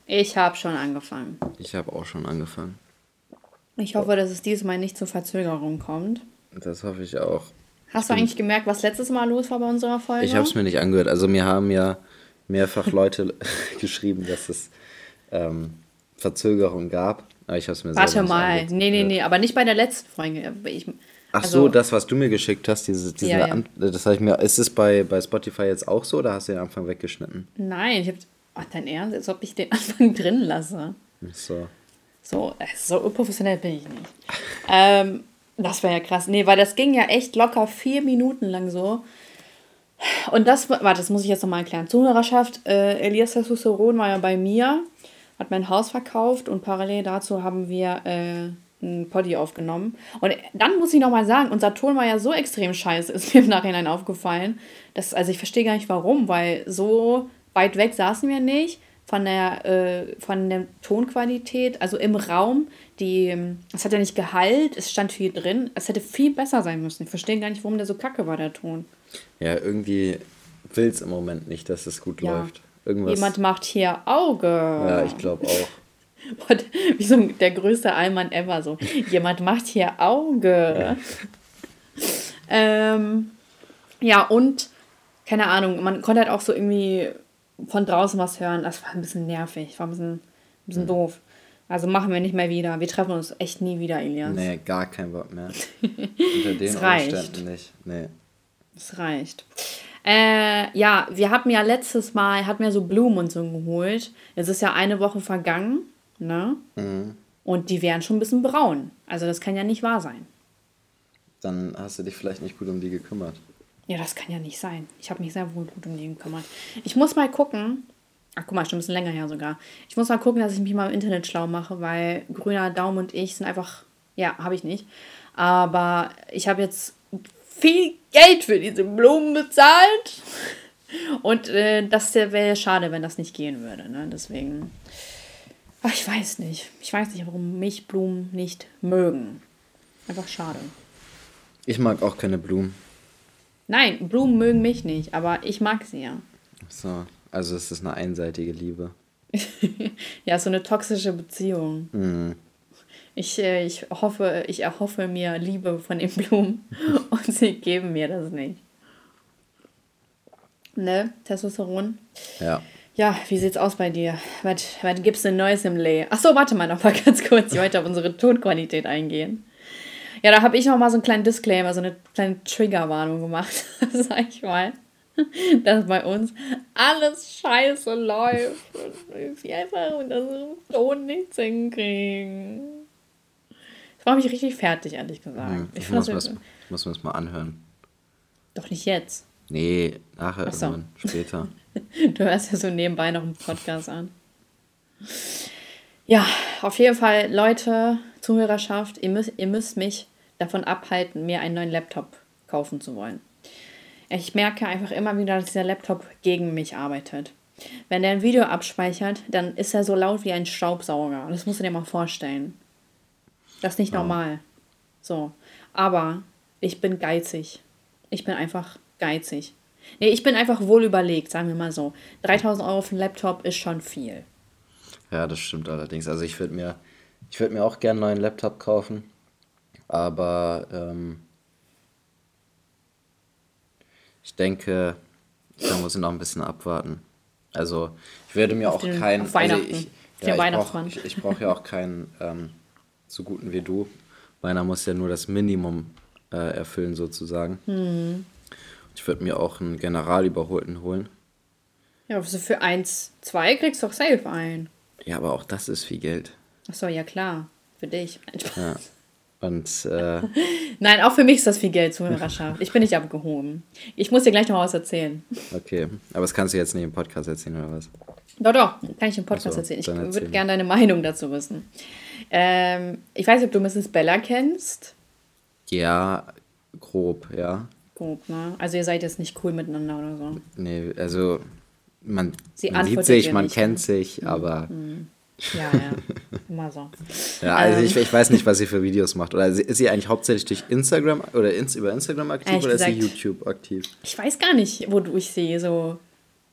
Ich habe schon angefangen. Ich habe auch schon angefangen. Ich hoffe, dass es diesmal nicht zu Verzögerungen kommt. Das hoffe ich auch. Hast du eigentlich gemerkt, was letztes Mal los war bei unserer Folge? Ich habe es mir nicht angehört. Also mir haben ja mehrfach Leute geschrieben, dass es Verzögerungen gab. Aber ich habe es mir selber Warte nicht mal. angehört. Nee, aber nicht bei der letzten Folge. Ach Also, so, das, was du mir geschickt hast, ja. das habe ich mir. Ist es bei Spotify jetzt auch so oder hast du den Anfang weggeschnitten? Nein, ich hab. Ach, dein Ernst? Als ob ich den Anfang drin lasse. Ach so. So unprofessionell bin ich nicht. Das wäre ja krass. Nee, weil das ging ja echt locker 4 Minuten lang so. Und das muss ich jetzt nochmal erklären. Zuhörerschaft, Elias Testosteron war ja bei mir, hat mein Haus verkauft und parallel dazu haben wir ein Poddy aufgenommen. Und dann muss ich nochmal sagen, unser Ton war ja so extrem scheiße, ist mir im Nachhinein aufgefallen. Also ich verstehe gar nicht warum, weil so weit weg saßen wir nicht von der Tonqualität, also im Raum, es hat ja nicht Gehalt, es stand viel drin, es hätte viel besser sein müssen. Ich verstehe gar nicht, warum der so kacke war, der Ton. Ja, irgendwie will es im Moment nicht, dass es gut Ja. läuft. Irgendwas. Jemand macht hier Auge. Ja, ich glaube auch. Wie so der größte Allmann ever so. Jemand macht hier Auge. Ja, und keine Ahnung, man konnte halt auch so irgendwie von draußen was hören. Das war ein bisschen nervig, war ein bisschen doof. Also machen wir nicht mehr wieder. Wir treffen uns echt nie wieder, Elias. Nee, gar kein Bock mehr. Unter den Umständen nicht. Nee. Das reicht. Ja, wir hatten ja letztes Mal, so Blumen und so geholt. Es ist ja eine Woche vergangen, ne? Mhm. Und die wären schon ein bisschen braun. Also das kann ja nicht wahr sein. Dann hast du dich vielleicht nicht gut um die gekümmert. Ja, das kann ja nicht sein. Ich habe mich sehr wohl gut um die gekümmert. Ich muss mal gucken. Ach, guck mal, schon ein bisschen länger her sogar. Ich muss mal gucken, dass ich mich mal im Internet schlau mache, weil grüner Daumen und ich sind einfach, ja, habe ich nicht. Aber ich habe jetzt viel Geld für diese Blumen bezahlt. Und das wäre schade, wenn das nicht gehen würde. Ne? Deswegen, ach, ich weiß nicht. Ich weiß nicht, warum mich Blumen nicht mögen. Einfach schade. Ich mag auch keine Blumen. Nein, Blumen mögen mich nicht, aber ich mag sie ja. So, also es ist eine einseitige Liebe. Ja, so eine toxische Beziehung. Mhm. Ich erhoffe mir Liebe von den Blumen und sie geben mir das nicht. Ne, Testosteron? Ja. Ja, wie sieht's aus bei dir? Was gibt's denn Neues im Leben? Achso, warte mal noch mal ganz kurz. Ich wollte auf unsere Tonqualität eingehen. Ja, da habe ich noch mal so einen kleinen Disclaimer, so eine kleine Triggerwarnung gemacht, sag ich mal. Dass bei uns alles scheiße läuft und wir einfach mit unserem Ton nichts hinkriegen. Das macht mich richtig fertig, ehrlich gesagt. Ich muss mir das mal anhören. Doch nicht jetzt. Nee, nachher Ach so. irgendwann, später. Du hörst ja so nebenbei noch einen Podcast an. Ja, auf jeden Fall, Leute, Zuhörerschaft, ihr müsst mich davon abhalten, mir einen neuen Laptop kaufen zu wollen. Ich merke einfach immer wieder, dass dieser Laptop gegen mich arbeitet. Wenn der ein Video abspeichert, dann ist er so laut wie ein Staubsauger. Das musst du dir mal vorstellen. Das ist nicht normal. So. Aber ich bin geizig. Ich bin einfach geizig. Nee, ich bin einfach wohl überlegt, sagen wir mal so. 3.000 Euro für einen Laptop ist schon viel. Ja, das stimmt allerdings. Also ich würde mir auch gerne einen neuen Laptop kaufen. Aber ich denke, da muss ich noch ein bisschen abwarten. Also ich werde mir auch keinen. Auf Weihnachten. Also Den Weihnachtsmann. ich brauche ja auch keinen so guten wie du. Meiner muss ja nur das Minimum erfüllen sozusagen. Ich würde mir auch einen Generalüberholten holen. Ja, also für 1, 2 kriegst du doch safe ein. Ja, aber auch das ist viel Geld. Achso, ja klar. Für dich. Ja. Und Nein, auch für mich ist das viel Geld, Zuhörerschaft. Ich bin nicht abgehoben. Ich muss dir gleich noch was erzählen. okay. Aber das kannst du jetzt nicht im Podcast erzählen, oder was? Doch, kann ich im Podcast Ach so, erzählen. Ich dann würde erzähl. gerne deine Meinung dazu wissen. Ich weiß nicht, ob du Mrs. Bella kennst. Ja, grob, ja. Grob, ne? Also ihr seid jetzt nicht cool miteinander oder so. Nee, also man Sie sieht antwortet sich, dir man nicht, kennt sich, aber Ja, immer so. ja, also ich weiß nicht, was sie für Videos macht. Oder ist sie eigentlich hauptsächlich durch Instagram oder über Instagram aktiv Ehrlich oder ist sie gesagt, YouTube aktiv? Ich weiß gar nicht, wodurch sie so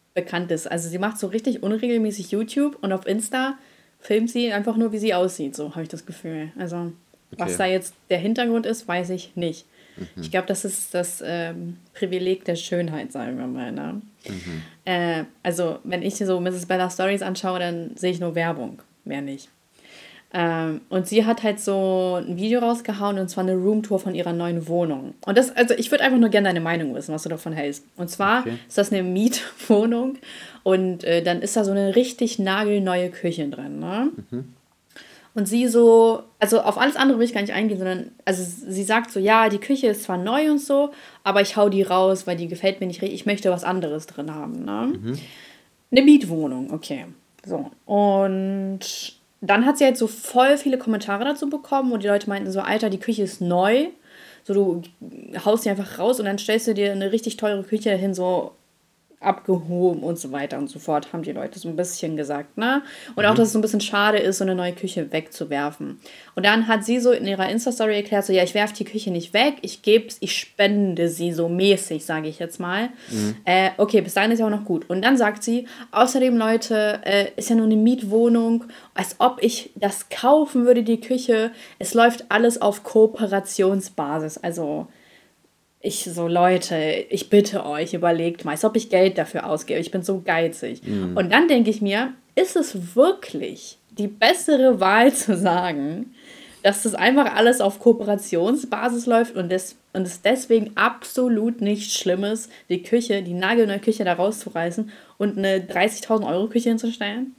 bekannt ist. Also sie macht so richtig unregelmäßig YouTube und auf Insta filmt sie einfach nur, wie sie aussieht. So habe ich das Gefühl. Also was da jetzt der Hintergrund ist, weiß ich nicht. Ich glaube, das ist das Privileg der Schönheit, sagen wir mal. Ne? Also wenn ich so Mrs. Bella Stories anschaue, dann sehe ich nur Werbung, mehr nicht. Und sie hat halt so ein Video rausgehauen und zwar eine Roomtour von ihrer neuen Wohnung. Und das, also ich würde einfach nur gerne deine Meinung wissen, was du davon hältst. Und zwar ist das eine Mietwohnung und dann ist da so eine richtig nagelneue Küche drin, ne? Und sie so, also auf alles andere will ich gar nicht eingehen, sondern, also sie sagt so, ja, die Küche ist zwar neu und so, aber ich hau die raus, weil die gefällt mir nicht richtig, ich möchte was anderes drin haben, ne? Eine Mietwohnung, okay. So, und dann hat sie halt so voll viele Kommentare dazu bekommen, wo die Leute meinten so, Alter, die Küche ist neu. So, du haust die einfach raus und dann stellst du dir eine richtig teure Küche hin, so abgehoben und so weiter und so fort, haben die Leute so ein bisschen gesagt, ne? Und auch, dass es so ein bisschen schade ist, so eine neue Küche wegzuwerfen. Und dann hat sie so in ihrer Insta-Story erklärt, so, ja, ich werfe die Küche nicht weg, ich spende sie so mäßig, sage ich jetzt mal. Okay, bis dahin ist ja auch noch gut. Und dann sagt sie, außerdem, Leute, ist ja nur eine Mietwohnung, als ob ich das kaufen würde, die Küche. Es läuft alles auf Kooperationsbasis, also Leute, ich bitte euch, überlegt mal, als ob ich Geld dafür ausgebe. Ich bin so geizig. Und dann denke ich mir, ist es wirklich die bessere Wahl zu sagen, dass das einfach alles auf Kooperationsbasis läuft und es deswegen absolut nicht schlimm ist, die nagelneue Küche da rauszureißen und eine 30.000 Euro Küche hinzustellen?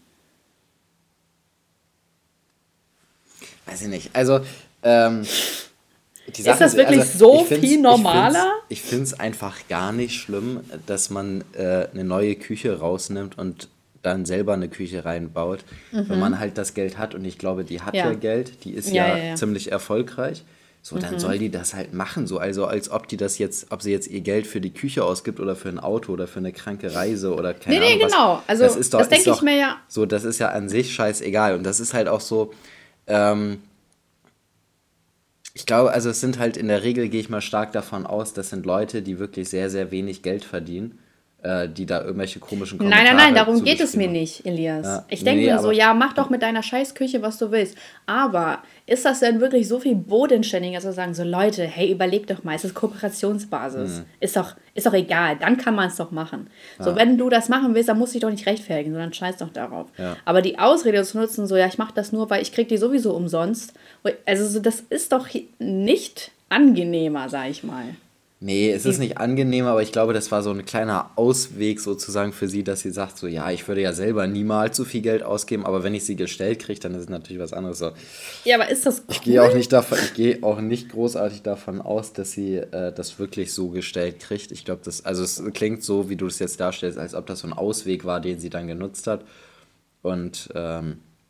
Weiß ich nicht. Also, ist das wirklich so viel normaler? Ich finde es einfach gar nicht schlimm, dass man eine neue Küche rausnimmt und dann selber eine Küche reinbaut, wenn man halt das Geld hat. Und ich glaube, die hat ja Geld, die ist ja ziemlich erfolgreich. So, dann soll die das halt machen. So, also als ob ob sie jetzt ihr Geld für die Küche ausgibt oder für ein Auto oder für eine kranke Reise oder keine Ahnung. Nee, genau. Also das denke ich mir ja. So, das ist ja an sich scheißegal. Und das ist halt auch so, ich glaube, also es sind halt in der Regel, gehe ich mal stark davon aus, das sind Leute, die wirklich sehr, sehr wenig Geld verdienen, die da irgendwelche komischen Kommentare Nein, darum geht es mir nicht, Elias. Ja. Ich denke mir so, ja, mach doch mit deiner Scheißküche, was du willst. Aber ist das denn wirklich so viel bodenständiger, zu sagen, so Leute, hey, überleg doch mal, es ist Kooperationsbasis. Ist doch egal, dann kann man es doch machen. Ja. So, wenn du das machen willst, dann musst du dich doch nicht rechtfertigen, sondern scheiß doch darauf. Ja. Aber die Ausrede zu nutzen, so, ja, ich mach das nur, weil ich krieg die sowieso umsonst. Also das ist doch nicht angenehmer, sag ich mal. Nee, es ist nicht angenehmer, aber ich glaube, das war so ein kleiner Ausweg sozusagen für sie, dass sie sagt, so, ja, ich würde ja selber niemals so viel Geld ausgeben, aber wenn ich sie gestellt kriege, dann ist es natürlich was anderes. So. Ja, aber ist das cool? Ich gehe auch nicht großartig davon aus, dass sie das wirklich so gestellt kriegt. Ich glaube, also es klingt so, wie du es jetzt darstellst, als ob das so ein Ausweg war, den sie dann genutzt hat. Und, ja.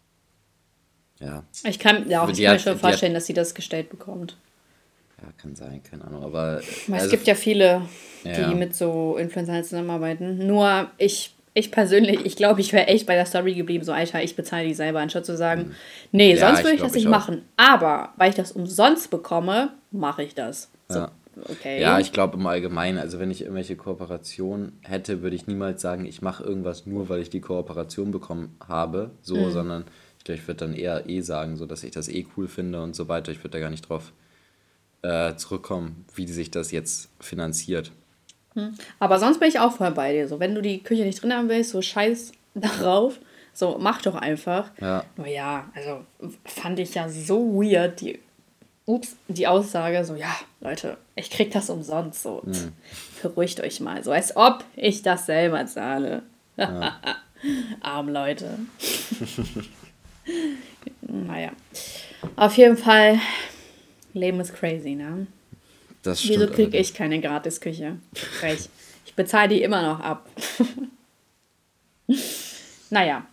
Ich kann mir schon vorstellen, dass sie das gestellt bekommt. Ja, kann sein, keine Ahnung, aber... Es gibt ja viele, die mit so Influencern zusammenarbeiten. Nur ich persönlich, ich glaube, ich wäre echt bei der Story geblieben, so, Alter, ich bezahle die selber, anstatt zu sagen, nee, sonst würde ich das nicht machen. Aber, weil ich das umsonst bekomme, mache ich das. So, okay. Ja, ich glaube im Allgemeinen, also wenn ich irgendwelche Kooperationen hätte, würde ich niemals sagen, ich mache irgendwas nur, weil ich die Kooperation bekommen habe, sondern ich glaube, ich würde dann eher sagen, so, dass ich das cool finde und so weiter. Ich würde da gar nicht drauf zurückkommen, wie sich das jetzt finanziert. Aber sonst bin ich auch voll bei dir. So, wenn du die Küche nicht drin haben willst, so scheiß darauf. So, mach doch einfach. Ja. Nur ja, also fand ich ja so weird, die Aussage, so, ja, Leute, ich krieg das umsonst. So, beruhigt euch mal. So, als ob ich das selber zahle. Ja. Arm Leute. Naja. Auf jeden Fall... Leben ist crazy, ne? Das stimmt. Wieso kriege ich keine Gratisküche? Frech. Ich bezahle die immer noch ab. Naja.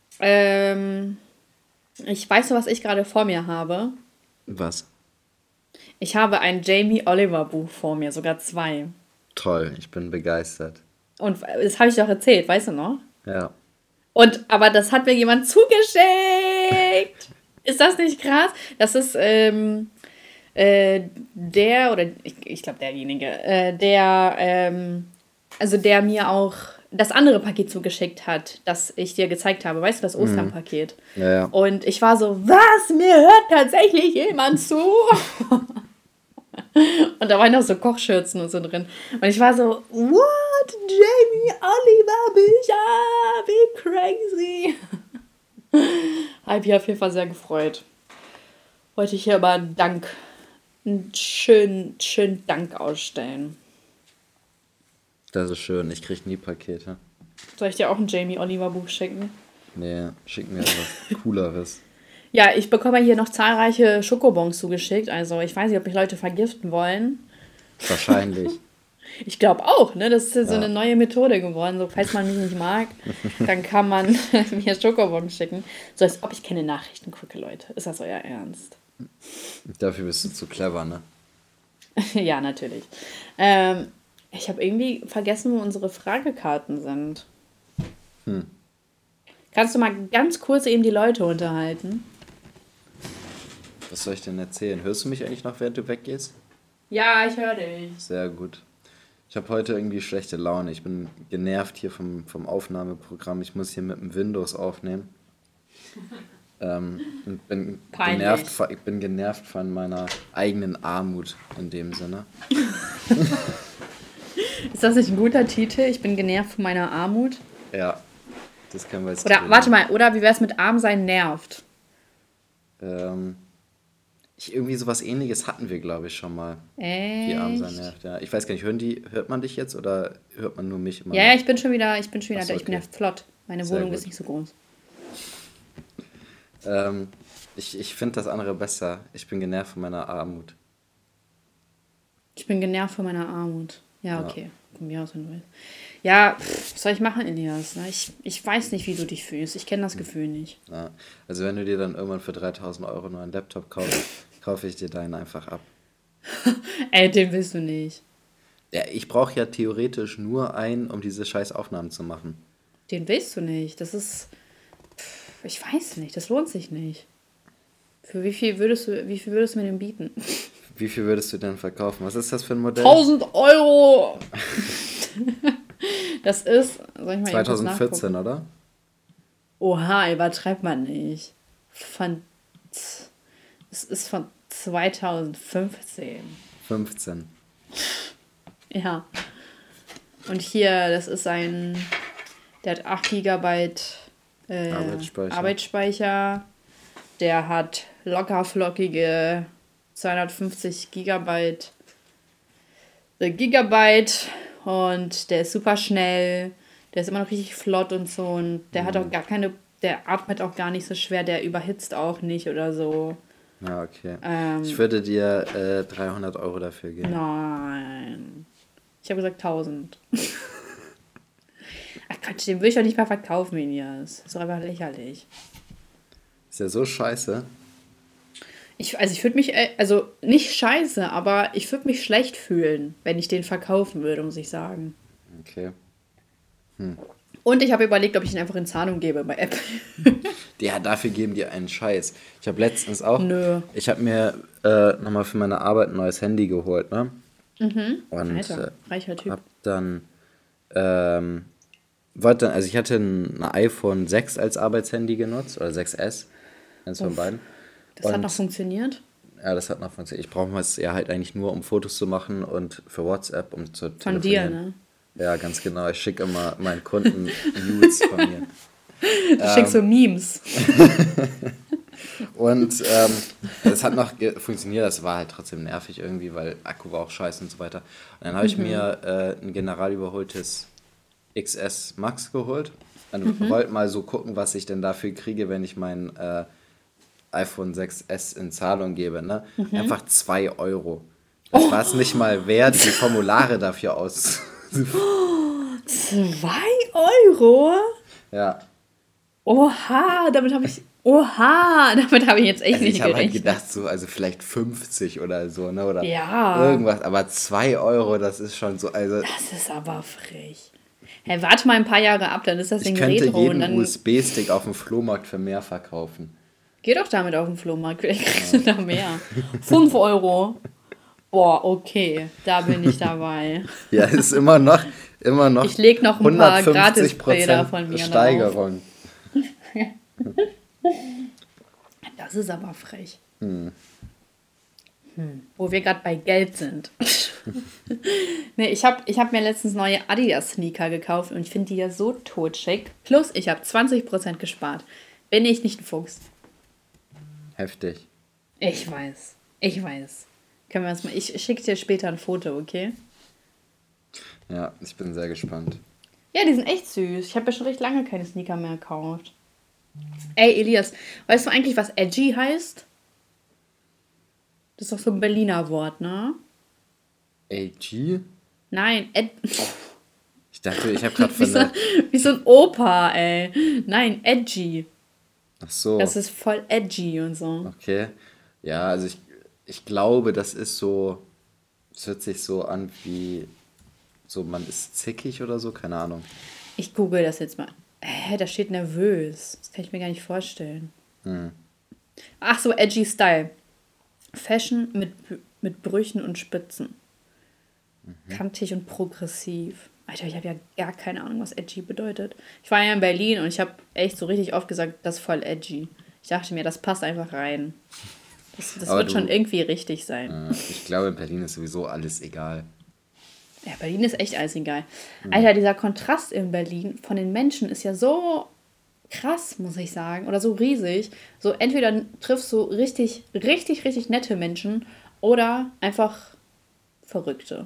Ich weiß noch, was ich gerade vor mir habe. Was? Ich habe ein Jamie Oliver Buch vor mir, sogar 2. Toll, ich bin begeistert. Und das habe ich doch erzählt, weißt du noch? Ja. Aber das hat mir jemand zugeschickt. Ist das nicht krass? Das ist, ich glaube derjenige, der mir auch das andere Paket zugeschickt hat, das ich dir gezeigt habe. Weißt du, das Osternpaket? Ja, ja. Und ich war so, was? Mir hört tatsächlich jemand zu? Und da waren noch so Kochschürzen und so drin. Und ich war so, what? Jamie Oliver Bücher? Wie crazy. Habe ich auf jeden Fall sehr gefreut. Wollte ich hier aber einen schönen Dank ausstellen. Das ist schön. Ich kriege nie Pakete. Soll ich dir auch ein Jamie Oliver Buch schicken? Nee, schick mir was Cooleres. Ja, ich bekomme hier noch zahlreiche Schokobons zugeschickt. Also ich weiß nicht, ob mich Leute vergiften wollen. Wahrscheinlich. Ich glaube auch, ne? Das ist ja so eine neue Methode geworden. So, falls man mich nicht mag, dann kann man mir Schokobons schicken. So als ob ich keine Nachrichten gucke, Leute. Ist das euer Ernst? Dafür bist du zu clever, ne? Ja, natürlich. Ich habe irgendwie vergessen, wo unsere Fragekarten sind. Kannst du mal ganz kurz eben die Leute unterhalten? Was soll ich denn erzählen? Hörst du mich eigentlich noch, während du weggehst? Ja, ich höre dich. Sehr gut. Ich habe heute irgendwie schlechte Laune. Ich bin genervt hier vom Aufnahmeprogramm. Ich muss hier mit dem Windows aufnehmen. Und ich bin genervt von meiner eigenen Armut in dem Sinne. Ist das nicht ein guter Titel? Ich bin genervt von meiner Armut? Ja, das können wir jetzt Oder, warte mal, oder wie wäre es mit arm sein nervt? Irgendwie sowas Ähnliches hatten wir, glaube ich, schon mal. Echt? Wie arm sein nervt, ja. Ich weiß gar nicht, hört man dich jetzt oder hört man nur mich immer? Ja, ich bin schon wieder Achso, da. Ich bin ja flott. Meine Sehr Wohnung gut. ist nicht so groß. Ich finde das andere besser. Ich bin genervt von meiner Armut. Ich bin genervt von meiner Armut. Ja, okay. Von mir aus, wenn du willst. Ja, was soll ich machen, Elias? Ich weiß nicht, wie du dich fühlst. Ich kenne das Gefühl nicht. Ja. Also wenn du dir dann irgendwann für 3.000 Euro nur einen Laptop kaufst, kaufe ich dir deinen einfach ab. Ey, den willst du nicht. Ja, ich brauche ja theoretisch nur einen, um diese scheiß Aufnahmen zu machen. Den willst du nicht. Das ist... Ich weiß nicht, das lohnt sich nicht. Für wie viel würdest du mir den bieten? Wie viel würdest du denn verkaufen? Was ist das für ein Modell? 1.000 Euro! Das ist, soll ich mal 2014, oder? Oha, übertreibt man nicht. Es ist von 2015. 15. Ja. Und hier, das ist der hat 8 GB Arbeitsspeicher. Der hat lockerflockige 250 Gigabyte und der ist super schnell, der ist immer noch richtig flott und so und der hat auch der atmet auch gar nicht so schwer, der überhitzt auch nicht oder so. Ja, okay. Ich würde dir 300 Euro dafür geben. Nein. Ich habe gesagt 1.000. Ach Quatsch, den will ich doch nicht mal verkaufen, Elias. Das ist doch einfach lächerlich. Ist ja so scheiße. Ich würde mich, also nicht scheiße, aber ich würde mich schlecht fühlen, wenn ich den verkaufen würde, muss ich sagen. Okay. Und ich habe überlegt, ob ich ihn einfach in Zahlung gebe bei Apple. Ja, dafür geben die einen Scheiß. Ich habe letztens auch, Nö. Ich habe mir nochmal für meine Arbeit ein neues Handy geholt, ne? Und Alter, reicher Typ. hab dann, also ich hatte ein iPhone 6 als Arbeitshandy genutzt, oder 6S, eins von beiden. Das hat noch funktioniert? Ja, das hat noch funktioniert. Ich brauche es ja halt eigentlich nur, um Fotos zu machen und für WhatsApp, um zu Von telefonieren. dir, ne? Ja, ganz genau. Ich schicke immer meinen Kunden Nudes von mir. Du schickst so Memes. Und es hat noch funktioniert, das war halt trotzdem nervig irgendwie, weil Akku war auch scheiße und so weiter. Und dann habe ich mir ein general überholtes XS Max geholt. Und wollte mal so gucken, was ich denn dafür kriege, wenn ich mein iPhone 6S in Zahlung gebe. Ne? Einfach 2 Euro. Das war es nicht mal wert, die Formulare dafür auszufüllen. 2 Euro? Ja. Oha, damit habe ich jetzt echt Also nicht ich habe gerechnet. halt gedacht, so, also vielleicht 50 oder so, ne? Oder Ja. irgendwas, aber 2 Euro, das ist schon so, also. Das ist aber frech. Hey, warte mal ein paar Jahre ab, dann ist das Ding Ich könnte Retro und jeden dann USB-Stick auf dem Flohmarkt für mehr verkaufen. geh doch damit auf den Flohmarkt, vielleicht kriegst du da mehr. 5 Euro. Boah, okay, da bin ich dabei. Ja, ist immer noch Ich lege noch ein paar 150% Gratisbilder von mir Steigerung. drauf. Das ist aber frech. Wo wir gerade bei Geld sind. Nee, ich hab mir letztens neue Adidas-Sneaker gekauft und ich finde die ja so totschick. Plus, ich habe 20% gespart. Bin ich nicht ein Fuchs? Heftig. Ich weiß. Können wir das mal. Ich schicke dir später ein Foto, okay? Ja, ich bin sehr gespannt. Ja, die sind echt süß. Ich habe ja schon recht lange keine Sneaker mehr gekauft. Ey, Elias, weißt du eigentlich, was edgy heißt? Das ist doch so ein Berliner Wort, ne? AG? Nein, Ich dachte, ich habe gerade wie, von so, der... wie so ein Opa, ey. Nein, edgy. Ach so. Das ist voll edgy und so. Okay. Ja, also ich glaube, das ist so... Es hört sich so an wie... So, man ist zickig oder so, keine Ahnung. Ich google das jetzt mal. Da steht nervös. Das kann ich mir gar nicht vorstellen. Ach so, edgy Style. Fashion mit Brüchen und Spitzen. Kantig und progressiv. Alter, ich habe ja gar keine Ahnung, was edgy bedeutet. Ich war ja in Berlin und ich habe echt so richtig oft gesagt, das ist voll edgy. Ich dachte mir, das passt einfach rein. Das wird schon irgendwie richtig sein. Ich glaube, in Berlin ist sowieso alles egal. Ja, Berlin ist echt alles egal. Alter, dieser Kontrast in Berlin von den Menschen ist ja so krass, muss ich sagen. Oder so riesig. So entweder triffst du richtig, richtig, richtig nette Menschen oder einfach Verrückte.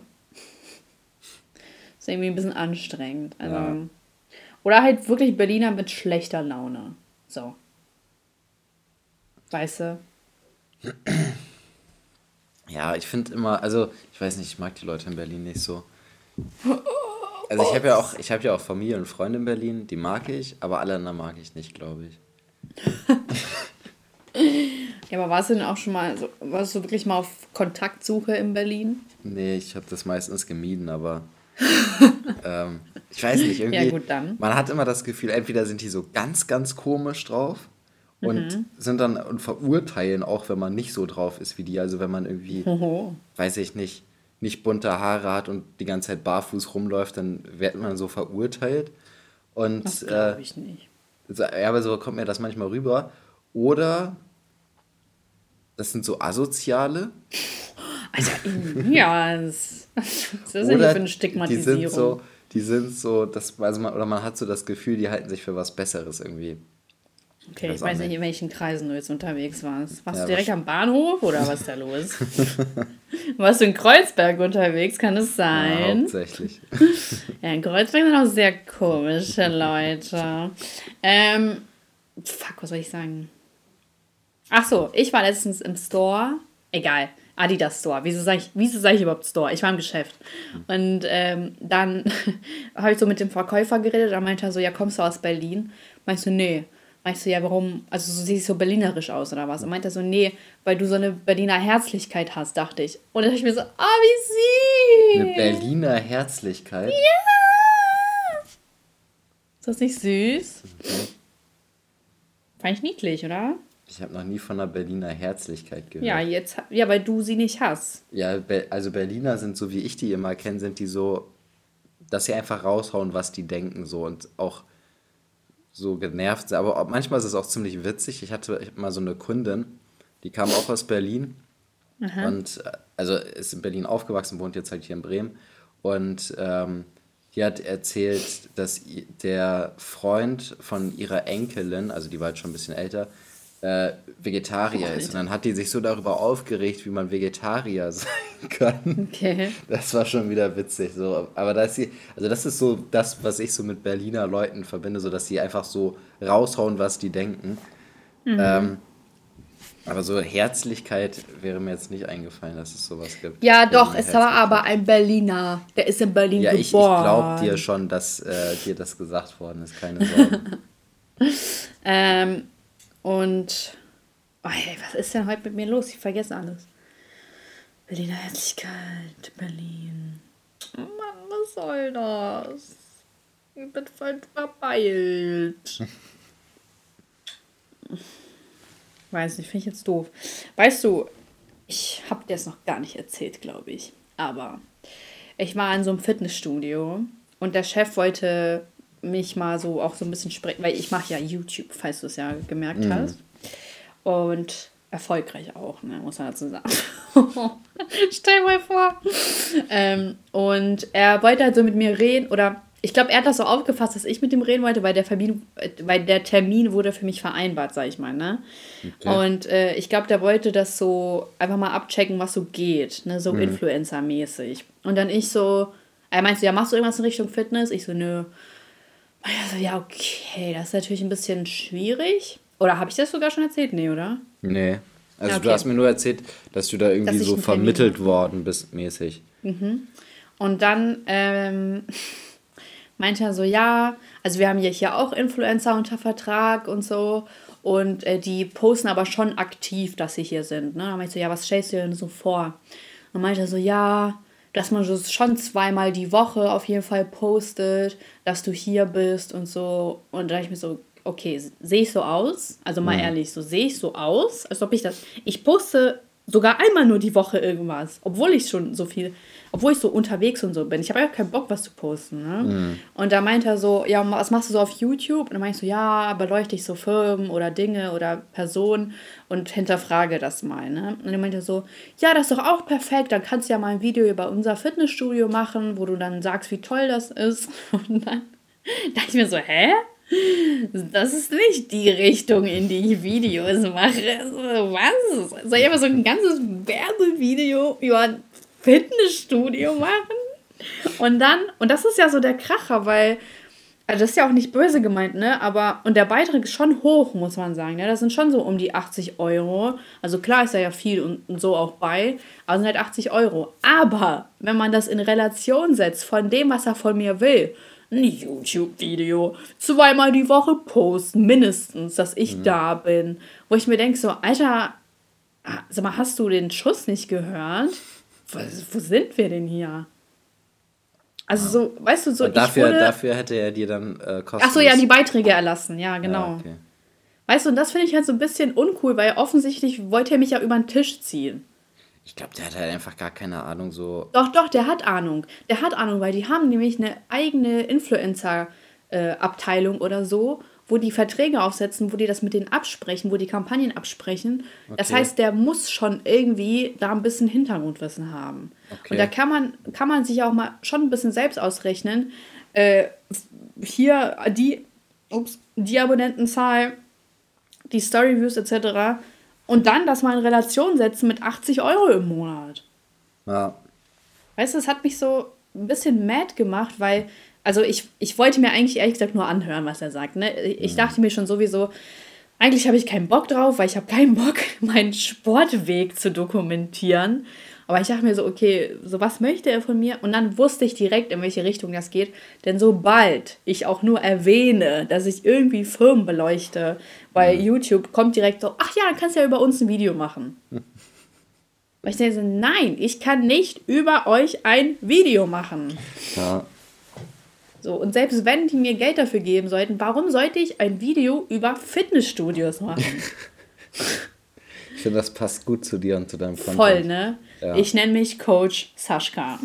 Ist irgendwie ein bisschen anstrengend. Also, Ja. oder halt wirklich Berliner mit schlechter Laune. So. Weißt du? Ja, ich finde immer, also ich weiß nicht, ich mag die Leute in Berlin nicht so. Also ich habe ja auch Familie und Freunde in Berlin, die mag ich, aber alle anderen mag ich nicht, glaube ich. Ja, aber warst du denn auch schon mal, warst du wirklich mal auf Kontaktsuche in Berlin? Nee, ich habe das meistens gemieden, aber ich weiß nicht, irgendwie, Ja, gut, dann. man hat immer das Gefühl, entweder sind die so ganz, ganz komisch drauf und sind dann und verurteilen auch, wenn man nicht so drauf ist wie die. Also wenn man irgendwie, Hoho. weiß ich nicht bunte Haare hat und die ganze Zeit barfuß rumläuft, dann wird man so verurteilt. Und Das glaube ich nicht. ja, aber so kommt mir das manchmal rüber. Oder das sind so Asoziale. Also, ja, das ist ja nicht Oder für eine Stigmatisierung. die sind so, also oder man hat so das Gefühl, die halten sich für was Besseres irgendwie. Okay, ich auch weiß nicht, in welchen Kreisen du jetzt unterwegs warst. Warst Ja, du direkt am Bahnhof oder was ist da los? Warst du in Kreuzberg unterwegs? Kann es Ja, sein? hauptsächlich. Ja, in Kreuzberg sind auch sehr komische Leute. Fuck, was soll ich sagen? Ach so, ich war letztens im Store. Egal, Adidas Store. Wieso sag ich überhaupt Store? Ich war im Geschäft. Und dann habe ich so mit dem Verkäufer geredet. Da meinte er so, ja, kommst du aus Berlin? Meinst du, nee. Meinst du, ja, warum? Also so siehst du so berlinerisch aus oder was? Und meinte er so, nee, weil du so eine Berliner Herzlichkeit hast, dachte ich. Und dann dachte ich mir so, wie Eine süß. Berliner Herzlichkeit. Ist das nicht süß? Fand ich niedlich, oder? Ich habe noch nie von einer Berliner Herzlichkeit gehört. Ja, weil du sie nicht hast. Ja, also Berliner sind so, wie ich die immer kenne, sind die so, dass sie einfach raushauen, was die denken so und auch so genervt sind. Aber manchmal ist es auch ziemlich witzig. Ich hab mal so eine Kundin, die kam auch aus Berlin und also ist in Berlin aufgewachsen, wohnt jetzt halt hier in Bremen und die hat erzählt, dass der Freund von ihrer Enkelin, also die war halt schon ein bisschen älter, Vegetarier ist. Und dann hat die sich so darüber aufgeregt, wie man Vegetarier sein kann. Okay. Das war schon wieder witzig. So. Aber das ist so das, was ich so mit Berliner Leuten verbinde, so dass sie einfach so raushauen, was die denken. Aber so Herzlichkeit wäre mir jetzt nicht eingefallen, dass es sowas gibt. Ja, doch, Berliner es war Herzlichkeit. aber ein Berliner. Der ist in Berlin Ja, ich geboren. glaube dir schon, dass dir das gesagt worden ist. Keine Sorge. Und oh, ey, was ist denn heute mit mir los? Ich vergesse alles. Berliner Herzlichkeit, Berlin. Mann, was soll das? Ich bin voll verpeilt. Weiß nicht, finde ich jetzt doof. Weißt du, ich habe hab dir das noch gar nicht erzählt, glaube ich. Aber ich war in so einem Fitnessstudio und der Chef wollte mich mal so auch so ein bisschen sprechen, weil ich mache ja YouTube, falls du es ja gemerkt hast. Und erfolgreich auch, ne, muss man dazu sagen. Stell dir mal vor. Und er wollte halt so mit mir reden, oder ich glaube, er hat das so aufgefasst, dass ich mit ihm reden wollte, weil der Termin wurde für mich vereinbart, sag ich mal, ne? Okay. Und ich glaube, der wollte das so einfach mal abchecken, was so geht, ne, so Influencer-mäßig. Und dann er meinte so, ja, machst du irgendwas in Richtung Fitness? Ich so, nö. Also, ja, okay, das ist natürlich ein bisschen schwierig. Oder habe ich das sogar schon erzählt? Nee, oder? Nee. Also ja, okay. Du hast mir nur erzählt, dass du da irgendwie so vermittelt worden bist, mäßig. Mhm. Und dann meinte er so, ja, also wir haben ja hier auch Influencer unter Vertrag und so. Und die posten aber schon aktiv, dass sie hier sind. Ne? Dann meinte ich so, ja, was stellst du dir denn so vor? Dann meinte er so, ja, dass man so schon 2-mal die Woche auf jeden Fall postet, dass du hier bist und so. Und da dachte ich mir so, okay, sehe ich so aus? Also mal ehrlich, so sehe ich so aus, als ob ich poste sogar einmal nur die Woche irgendwas, obwohl ich so unterwegs und so bin. Ich habe ja keinen Bock, was zu posten, ne? Und da meinte er so, ja, was machst du so auf YouTube? Und dann meinte ich so, ja, beleuchte ich so Firmen oder Dinge oder Personen und hinterfrage das mal, ne? Und er meinte so, ja, das ist doch auch perfekt, dann kannst du ja mal ein Video über unser Fitnessstudio machen, wo du dann sagst, wie toll das ist. Und dann dachte ich mir so, hä? Das ist nicht die Richtung, in die ich Videos mache. Was? Soll ich einfach so ein ganzes Werbevideo über ein Fitnessstudio machen? Und das ist ja so der Kracher, weil, also das ist ja auch nicht böse gemeint, ne? Aber, und der Beitrag ist schon hoch, muss man sagen, ne? Das sind schon so um die 80 Euro. Also klar ist da ja viel und so auch bei, aber sind halt 80 Euro. Aber wenn man das in Relation setzt von dem, was er von mir will, ein YouTube-Video 2-mal die Woche posten, mindestens, dass ich da bin. Wo ich mir denke so, Alter, sag mal, hast du den Schuss nicht gehört? Wo sind wir denn hier? Also so, weißt du, so... Und dafür hätte er dir dann kostenlos... Ach so, ja, die Beiträge erlassen, ja, genau. Ja, okay. Weißt du, und das finde ich halt so ein bisschen uncool, weil offensichtlich wollte er mich ja über den Tisch ziehen. Ich glaube, der hat halt einfach gar keine Ahnung so... Doch, der hat Ahnung. Der hat Ahnung, weil die haben nämlich eine eigene Influencer-Abteilung oder so, wo die Verträge aufsetzen, wo die das mit denen absprechen, wo die Kampagnen absprechen. Okay. Das heißt, der muss schon irgendwie da ein bisschen Hintergrundwissen haben. Okay. Und da kann man sich auch mal schon ein bisschen selbst ausrechnen. Hier die Abonnentenzahl, die Storyviews etc., und dann das mal in Relation setzen mit 80 Euro im Monat. Ja. Weißt du, das hat mich so ein bisschen mad gemacht, weil, also ich wollte mir eigentlich ehrlich gesagt nur anhören, was er sagt. Ne? Ich dachte mir schon sowieso, eigentlich habe ich keinen Bock drauf, weil ich habe keinen Bock, meinen Sportweg zu dokumentieren. Aber ich dachte mir so, okay, so was möchte er von mir? Und dann wusste ich direkt, in welche Richtung das geht. Denn sobald ich auch nur erwähne, dass ich irgendwie Firmen beleuchte bei YouTube, kommt direkt so, ach ja, dann kannst du ja über uns ein Video machen. Weil ich denke so, nein, ich kann nicht über euch ein Video machen. Ja. So, und selbst wenn die mir Geld dafür geben sollten, warum sollte ich ein Video über Fitnessstudios machen? Ich finde, das passt gut zu dir und zu deinem Content. Voll, ne? Ja. Ich nenne mich Coach Sascha.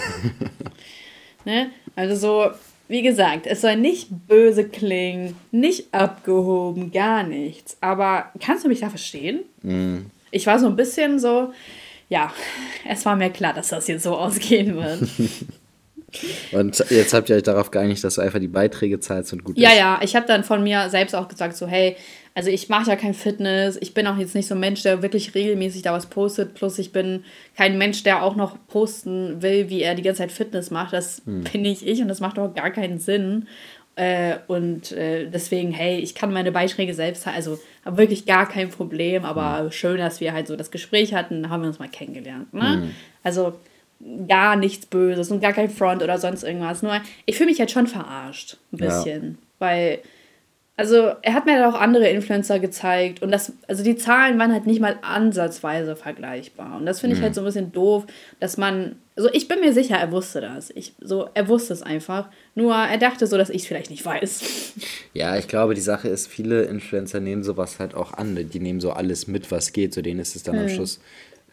Ne? Also so, wie gesagt, es soll nicht böse klingen, nicht abgehoben, gar nichts. Aber kannst du mich da verstehen? Ich war so ein bisschen so, ja, es war mir klar, dass das jetzt so ausgehen wird. Und jetzt habt ihr euch darauf geeinigt, dass du einfach die Beiträge zahlst und gut ist. Ja, ich habe dann von mir selbst auch gesagt, so hey, also ich mache ja kein Fitness, ich bin auch jetzt nicht so ein Mensch, der wirklich regelmäßig da was postet, plus ich bin kein Mensch, der auch noch posten will, wie er die ganze Zeit Fitness macht, das bin nicht ich und das macht auch gar keinen Sinn. Deswegen, hey, ich kann meine Beiträge selbst, also habe wirklich gar kein Problem, aber schön, dass wir halt so das Gespräch hatten, haben wir uns mal kennengelernt, ne? Also gar nichts Böses und gar kein Front oder sonst irgendwas. Nur, ich fühle mich jetzt schon verarscht. Ein bisschen. Ja. Weil, also, er hat mir dann auch andere Influencer gezeigt und also die Zahlen waren halt nicht mal ansatzweise vergleichbar. Und das finde ich halt so ein bisschen doof, dass man, also ich bin mir sicher, er wusste das. Er wusste es einfach. Nur, er dachte so, dass ich es vielleicht nicht weiß. Ja, ich glaube, die Sache ist, viele Influencer nehmen sowas halt auch an. Die nehmen so alles mit, was geht. So denen ist es dann am Schluss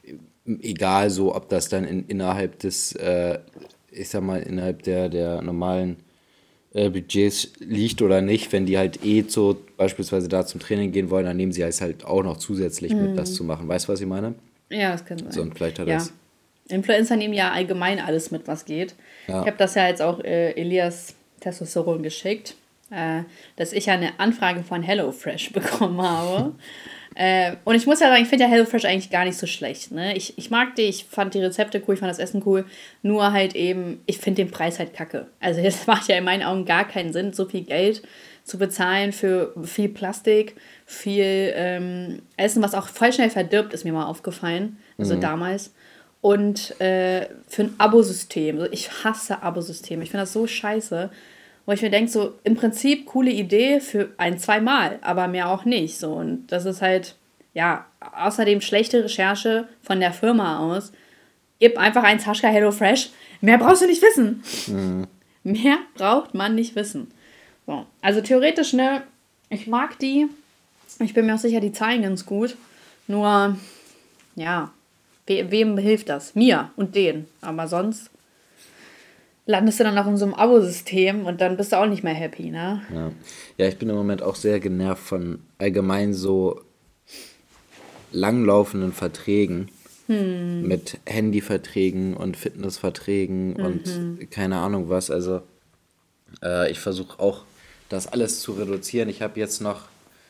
egal so, ob das dann innerhalb des, ich sag mal, innerhalb der normalen Budgets liegt oder nicht, wenn die halt so beispielsweise da zum Training gehen wollen, dann nehmen sie es halt auch noch zusätzlich mit, das zu machen. Weißt du, was ich meine? Ja, das kann So, sein. und vielleicht hat Ja. das, Influencer nehmen ja allgemein alles mit, was geht. Ich ja. habe das ja jetzt auch Elias Testosteron geschickt, dass ich ja eine Anfrage von HelloFresh bekommen habe. Und ich muss ja sagen, ich finde ja HelloFresh eigentlich gar nicht so schlecht. Ne? Ich mag die, ich fand die Rezepte cool, ich fand das Essen cool. Nur halt eben, ich finde den Preis halt kacke. Also es macht ja in meinen Augen gar keinen Sinn, so viel Geld zu bezahlen für viel Plastik, viel Essen, was auch voll schnell verdirbt, ist mir mal aufgefallen. Also damals. Und für ein Abosystem. Also ich hasse Abosysteme. Ich finde das so scheiße. Wo ich mir denke, so im Prinzip coole Idee für ein, zweimal, aber mehr auch nicht. So. Und das ist halt, ja, außerdem schlechte Recherche von der Firma aus. Gib einfach ein Taschka HelloFresh. Mehr brauchst du nicht wissen. Mehr braucht man nicht wissen. So. Also theoretisch, ne, ich mag die. Ich bin mir auch sicher, die zahlen ganz gut. Nur, ja, wem hilft das? Mir und denen. Aber sonst landest du dann auch in so einem Abosystem und dann bist du auch nicht mehr happy, ne? Ja. Ja, ich bin im Moment auch sehr genervt von allgemein so langlaufenden Verträgen mit Handyverträgen und Fitnessverträgen und keine Ahnung was. Also ich versuche auch, das alles zu reduzieren. Ich habe jetzt noch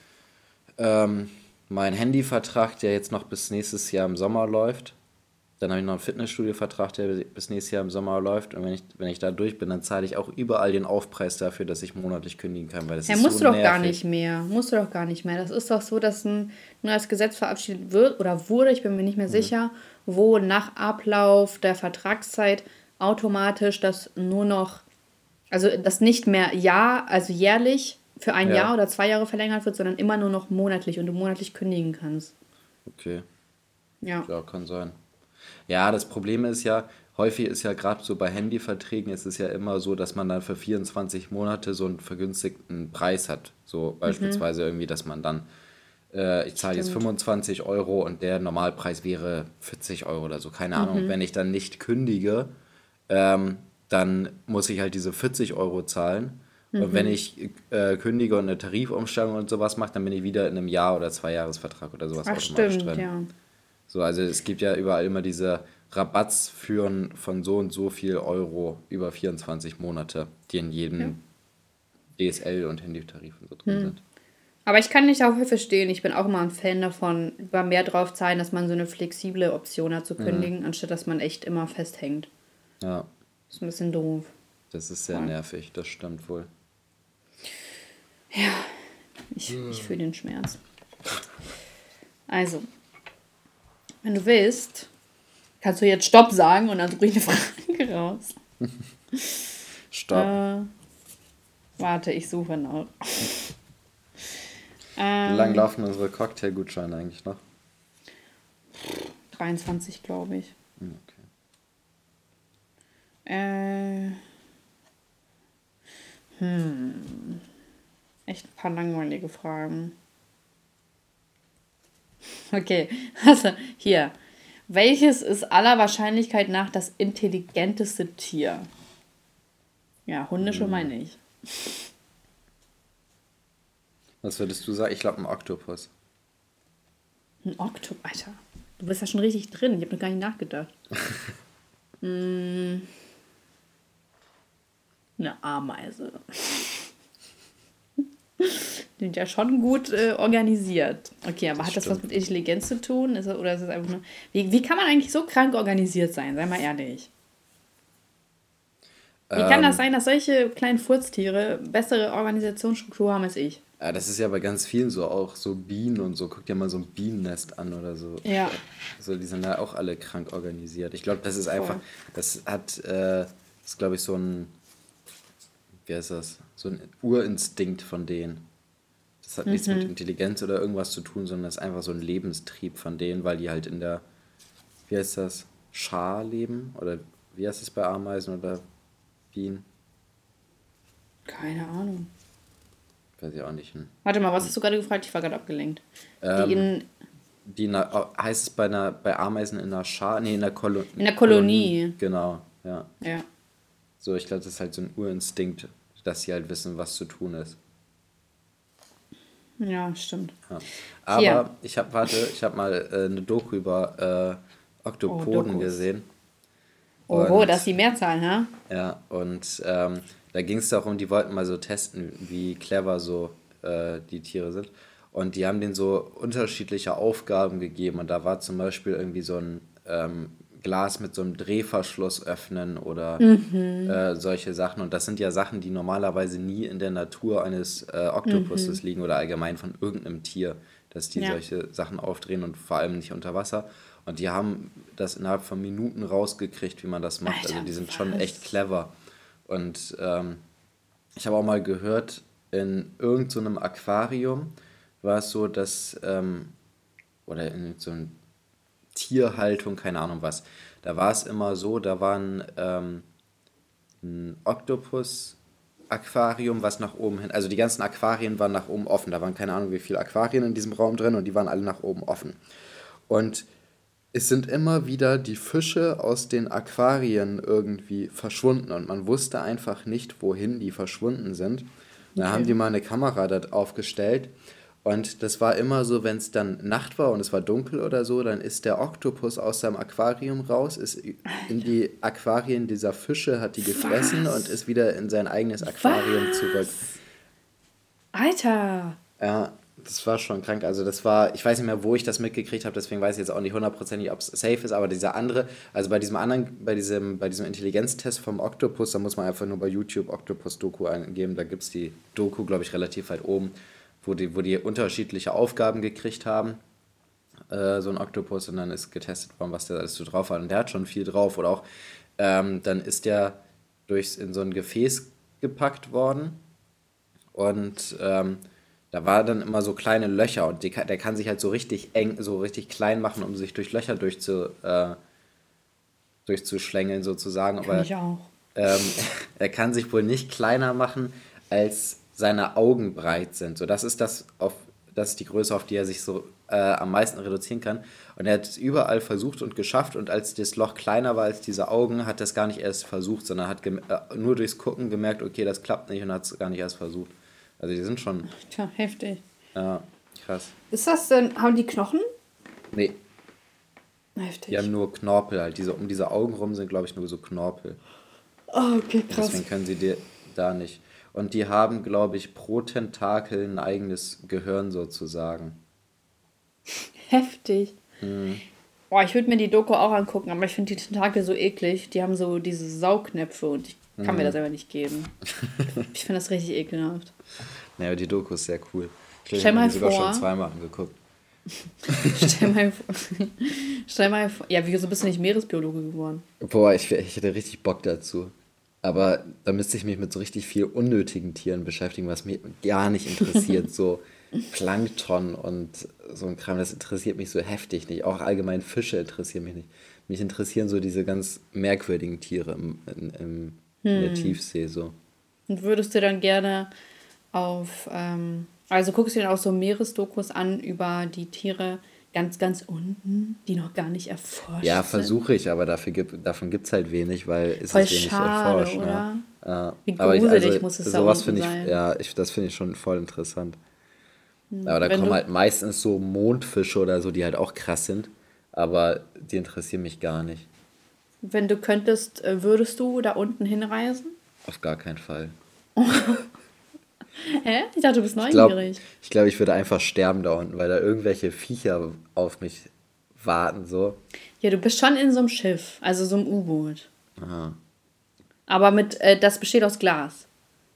meinen Handyvertrag, der jetzt noch bis nächstes Jahr im Sommer läuft. Dann habe ich noch einen Fitnessstudio-Vertrag, der bis nächstes Jahr im Sommer läuft. Und wenn ich da durch bin, dann zahle ich auch überall den Aufpreis dafür, dass ich monatlich kündigen kann, weil das Ja, ist musst so du doch gar nervig. nicht mehr. Musst du doch gar nicht mehr. Das ist doch so, dass nur das Gesetz verabschiedet wird oder wurde, ich bin mir nicht mehr sicher, wo nach Ablauf der Vertragszeit automatisch das nur noch, also das nicht mehr also jährlich für ein Ja, Jahr oder 2 Jahre verlängert wird, sondern immer nur noch monatlich und du monatlich kündigen kannst. okay. Ja. Ja, kann sein. Ja, das Problem ist ja, häufig ist ja gerade so bei Handyverträgen ist es ja immer so, dass man dann für 24 Monate so einen vergünstigten Preis hat. So beispielsweise irgendwie, dass man dann, ich zahle jetzt Stimmt. 25 € und der Normalpreis wäre 40 € oder so, keine Ahnung. Wenn ich dann nicht kündige, dann muss ich halt diese 40 € zahlen. Und wenn ich kündige und eine Tarifumstellung und sowas mache, dann bin ich wieder in einem Jahr- oder Zweijahresvertrag oder sowas Ach, automatisch stimmt, drin. ja. So, also es gibt ja überall immer diese Rabatts von so und so viel Euro über 24 Monate, die in Ja. jedem DSL und Handytarif und so drin sind. Aber ich kann dich auch verstehen. Ich bin auch immer ein Fan davon, über mehr drauf zahlen, dass man so eine flexible Option hat zu kündigen, anstatt dass man echt immer festhängt. Ja, Ist ein bisschen doof. das ist sehr Voll. nervig, das stimmt wohl. Ich fühle den Schmerz. Also, wenn du willst, kannst du jetzt Stopp sagen und dann suche ich eine Frage raus. Stopp. Warte, ich suche noch. Wie lang laufen unsere Cocktailgutscheine eigentlich noch? 23, glaube ich. Okay. Echt ein paar langweilige Fragen. Okay, also hier. Welches ist aller Wahrscheinlichkeit nach das intelligenteste Tier? Ja, Hunde schon mal nicht. Was würdest du sagen? Ich glaube ein Oktopus. Ein Oktopus, Alter. Du bist da schon richtig drin. Ich habe noch gar nicht nachgedacht. Eine Ameise. Die sind ja schon gut organisiert. Okay, aber Das hat das was stimmt. mit Intelligenz zu tun? Oder ist es einfach nur. Wie kann man eigentlich so krank organisiert sein? Sei mal ehrlich. Wie kann das sein, dass solche kleinen Furztiere bessere Organisationsstruktur haben als ich? Ja, das ist ja bei ganz vielen so, auch so Bienen und so. Guck dir mal so ein Bienennest an oder so. Ja. So, die sind ja auch alle krank organisiert. Ich glaube, das ist einfach, Voll. das ist glaube ich so ein, wie heißt das? So ein Urinstinkt von denen. Das hat nichts mit Intelligenz oder irgendwas zu tun, sondern das ist einfach so ein Lebenstrieb von denen, weil die halt in der, wie heißt das, Schar leben? Oder wie heißt es bei Ameisen oder Bienen? Keine Ahnung. Weiß ich auch nicht. Warte mal, was hast du gerade gefragt? Ich war gerade abgelenkt. Die in. heißt es bei Ameisen in einer Schar? Nee, in der In der Kolonie. Genau, ja. Ja. So, ich glaube, das ist halt so ein Urinstinkt, dass sie halt wissen, was zu tun ist. Ja, stimmt. Ja. Hier. Aber ich habe mal eine Doku über Oktopoden Dokus. gesehen. Oho, das ist die Mehrzahl, ne? Ja, und da ging es darum, die wollten mal so testen, wie clever so die Tiere sind. Und die haben denen so unterschiedliche Aufgaben gegeben. Und da war zum Beispiel irgendwie so ein Glas mit so einem Drehverschluss öffnen oder solche Sachen. Und das sind ja Sachen, die normalerweise nie in der Natur eines Oktopusses liegen oder allgemein von irgendeinem Tier, dass die solche Sachen aufdrehen und vor allem nicht unter Wasser. Und die haben das innerhalb von Minuten rausgekriegt, wie man das macht. Alter, also die sind schon echt clever. Und ich habe auch mal gehört, in irgendeinem so einem Aquarium war es so, dass, oder in so einer Tierhaltung, keine Ahnung was, da war es immer so, da war ein Oktopus-Aquarium, was nach oben hin, also die ganzen Aquarien waren nach oben offen, da waren keine Ahnung wie viele Aquarien in diesem Raum drin und die waren alle nach oben offen. Und es sind immer wieder die Fische aus den Aquarien irgendwie verschwunden und man wusste einfach nicht, wohin die verschwunden sind. Und da haben die mal eine Kamera da aufgestellt und das war immer so, wenn es dann Nacht war und es war dunkel oder so, dann ist der Oktopus aus seinem Aquarium raus, ist in die Aquarien dieser Fische, hat die gefressen und ist wieder in sein eigenes Aquarium zurück. Alter! Ja, das war schon krank. Also das war, ich weiß nicht mehr, wo ich das mitgekriegt habe, deswegen weiß ich jetzt auch nicht hundertprozentig, ob es safe ist, aber dieser andere, also bei diesem Intelligenztest vom Oktopus, da muss man einfach nur bei YouTube Oktopus-Doku eingeben, da gibt es die Doku, glaube ich, relativ weit oben, wo die unterschiedliche Aufgaben gekriegt haben, so ein Oktopus, und dann ist getestet worden, was der alles so drauf hat. Und der hat schon viel drauf. Oder auch, dann ist der in so ein Gefäß gepackt worden und da war dann immer so kleine Löcher und der kann sich halt so richtig eng, so richtig klein machen, um sich durch Löcher durchzuschlängeln sozusagen. Kann ich auch. Er kann sich wohl nicht kleiner machen, als seine Augen breit sind. So, das ist die Größe, auf die er sich so am meisten reduzieren kann. Und er hat es überall versucht und geschafft. Und als das Loch kleiner war als diese Augen, hat er es gar nicht erst versucht, sondern hat nur durchs Gucken gemerkt, okay, das klappt nicht, und hat es gar nicht erst versucht. Also die sind schon... Tja, heftig. Ja, krass. Ist das denn, haben die Knochen? Nee. Heftig. Die haben nur Knorpel halt. Um diese Augen rum sind, glaube ich, nur so Knorpel. Oh, okay, krass. Deswegen können sie da nicht. Und die haben, glaube ich, pro Tentakel ein eigenes Gehirn sozusagen. Heftig. Boah, ich würde mir die Doku auch angucken, aber ich finde die Tentakel so eklig. Die haben so diese Saugnäpfe und ich kann mir das aber nicht geben. Ich finde das richtig ekelhaft. Naja, die Doku ist sehr cool. Ich Stell habe mal die sogar vor. schon zweimal angeguckt. Stell mal vor. Ja, wieso bist du nicht Meeresbiologe geworden? Boah, ich hätte richtig Bock dazu. Aber da müsste ich mich mit so richtig viel unnötigen Tieren beschäftigen, was mich gar nicht interessiert. So Plankton und so ein Kram, das interessiert mich so heftig nicht. Auch allgemein Fische interessieren mich nicht. Mich interessieren so diese ganz merkwürdigen Tiere in der Tiefsee so. Und würdest du dann gerne also guckst du dir auch so Meeresdokus an über die Tiere ganz, ganz unten, die noch gar nicht erforscht Ja, sind? versuche ich, aber davon gibt es halt wenig, weil es Voll ist wenig schade, erforscht. oder? Ne? Wie Aber gruselig muss es da sowas unten finde ich, sein. ja, das finde ich schon voll interessant. Aber da Wenn kommen du, halt meistens so Mondfische oder so, die halt auch krass sind, aber die interessieren mich gar nicht. wenn du könntest, würdest du da unten hinreisen? Auf gar keinen Fall. Hä? Ich dachte, du bist Ich glaube, neugierig. ich würde einfach sterben da unten, weil da irgendwelche Viecher auf mich warten, so. Ja, du bist schon in so einem Schiff, also so einem U-Boot. Aha. Aber das besteht aus Glas.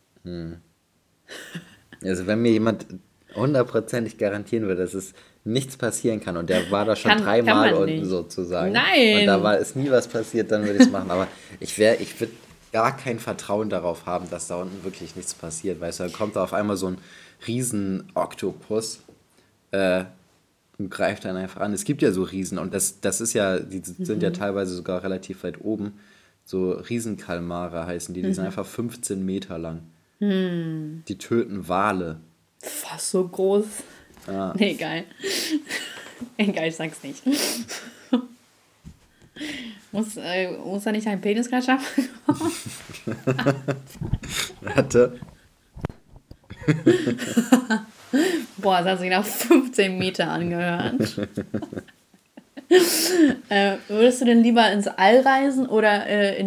Also wenn mir jemand hundertprozentig garantieren würde, dass es nichts passieren kann, und der war da schon Kann 3 man Mal unten nicht. sozusagen, Nein. und da ist nie was passiert, dann würde ich es machen. Aber ich würde gar kein Vertrauen darauf haben, dass da unten wirklich nichts passiert. Weißt du, dann kommt da auf einmal so ein riesen Oktopus und greift dann einfach an. Es gibt ja so Riesen, und das ist ja, die sind ja teilweise sogar relativ weit oben. So Riesenkalmare heißen die sind einfach 15 Meter lang. Die töten Wale. Fast so groß. Ja. Nee, geil. Egal, ich sag's nicht. Muss da nicht ein Penis gerade schaffen? Warte. Boah, das hat sich nach 15 Meter angehört. Würdest du denn lieber ins All reisen oder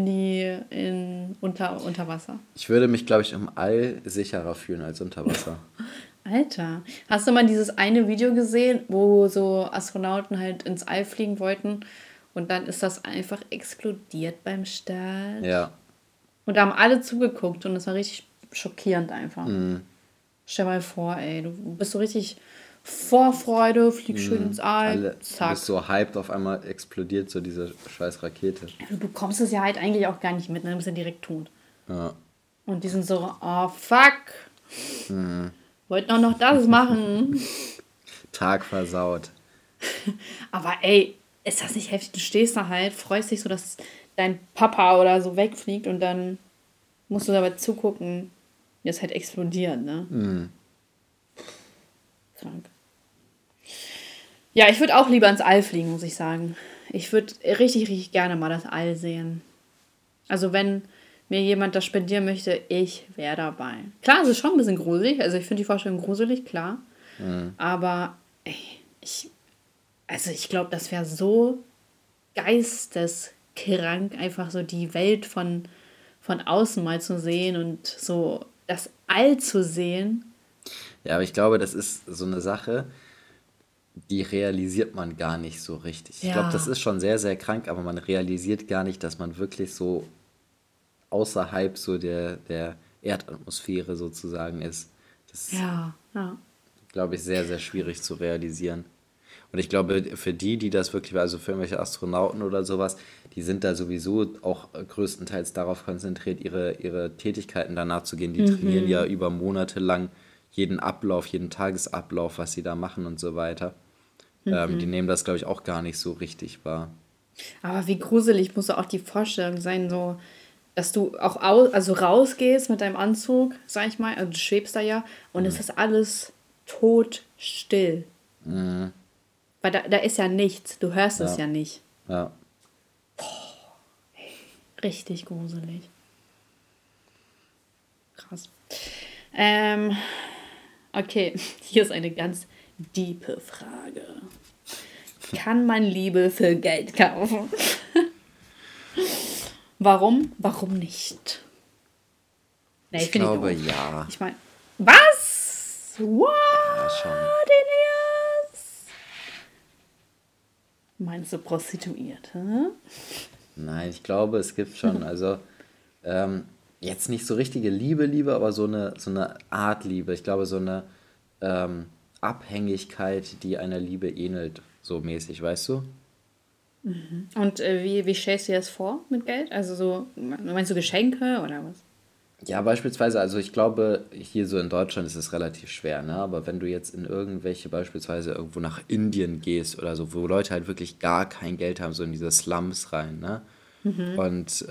unter Wasser? Ich würde mich, glaube ich, im All sicherer fühlen als unter Wasser. Alter, hast du mal dieses eine Video gesehen, wo so Astronauten halt ins All fliegen wollten und dann ist das einfach explodiert beim Start? Ja. Und da haben alle zugeguckt und das war richtig schockierend einfach. Stell mal vor, ey, du bist so richtig Vorfreude, fliegst schön ins All, zack. Du bist so hyped, auf einmal explodiert so diese scheiß Rakete. Ja, du bekommst es ja halt eigentlich auch gar nicht mit, ne? Du bist ja direkt tot. Ja. Und die sind so, oh fuck, wollten auch noch das machen. Tag versaut. Aber ey, ist das nicht heftig? Du stehst da halt, freust dich so, dass dein Papa oder so wegfliegt und dann musst du dabei zugucken, wie das halt explodiert, ne? Krank. Ja, ich würde auch lieber ins All fliegen, muss ich sagen. Ich würde richtig, richtig gerne mal das All sehen. Also wenn mir jemand das spendieren möchte, ich wäre dabei. Klar, es ist schon ein bisschen gruselig. Also ich finde die Vorstellung gruselig, klar. Aber ey, ich glaube, das wäre so geisteskrank, einfach so die Welt von außen mal zu sehen und so das All zu sehen. Ja, aber ich glaube, das ist so eine Sache, die realisiert man gar nicht so richtig. Ich glaube, das ist schon sehr, sehr krank, aber man realisiert gar nicht, dass man wirklich so außerhalb so der Erdatmosphäre sozusagen ist. Das ist, glaube ich, sehr, sehr schwierig zu realisieren. Und ich glaube, für die das wirklich, also für irgendwelche Astronauten oder sowas, die sind da sowieso auch größtenteils darauf konzentriert, ihre Tätigkeiten danach zu gehen. Die trainieren ja über Monate lang jeden Ablauf, jeden Tagesablauf, was sie da machen und so weiter. Die nehmen das, glaube ich, auch gar nicht so richtig wahr. Aber wie gruselig muss auch die Vorstellung sein, so, dass du auch also rausgehst mit deinem Anzug, sag ich mal, also du schwebst da ja, und es ist alles totstill. Weil da ist ja nichts, du hörst es ja nicht. Ja. Boah, ey, richtig gruselig. Krass. Okay, hier ist eine ganz diepe Frage. Kann man Liebe für Geld kaufen? Warum? Warum nicht? Nee, ich glaube, ja. Ich meine, was? What? Ja, schon. Elias? Meinst du Prostituierte? Nein, ich glaube, es gibt schon, also jetzt nicht so richtige Liebe, aber so eine Art Liebe. Ich glaube, so eine Abhängigkeit, die einer Liebe ähnelt, so mäßig, weißt du? Und wie stellst du dir das vor mit Geld? Also so, meinst du Geschenke oder was? Ja, beispielsweise, also ich glaube, hier so in Deutschland ist es relativ schwer, ne? Aber wenn du jetzt in irgendwelche, beispielsweise irgendwo nach Indien gehst oder so, wo Leute halt wirklich gar kein Geld haben, so in diese Slums rein, ne? Und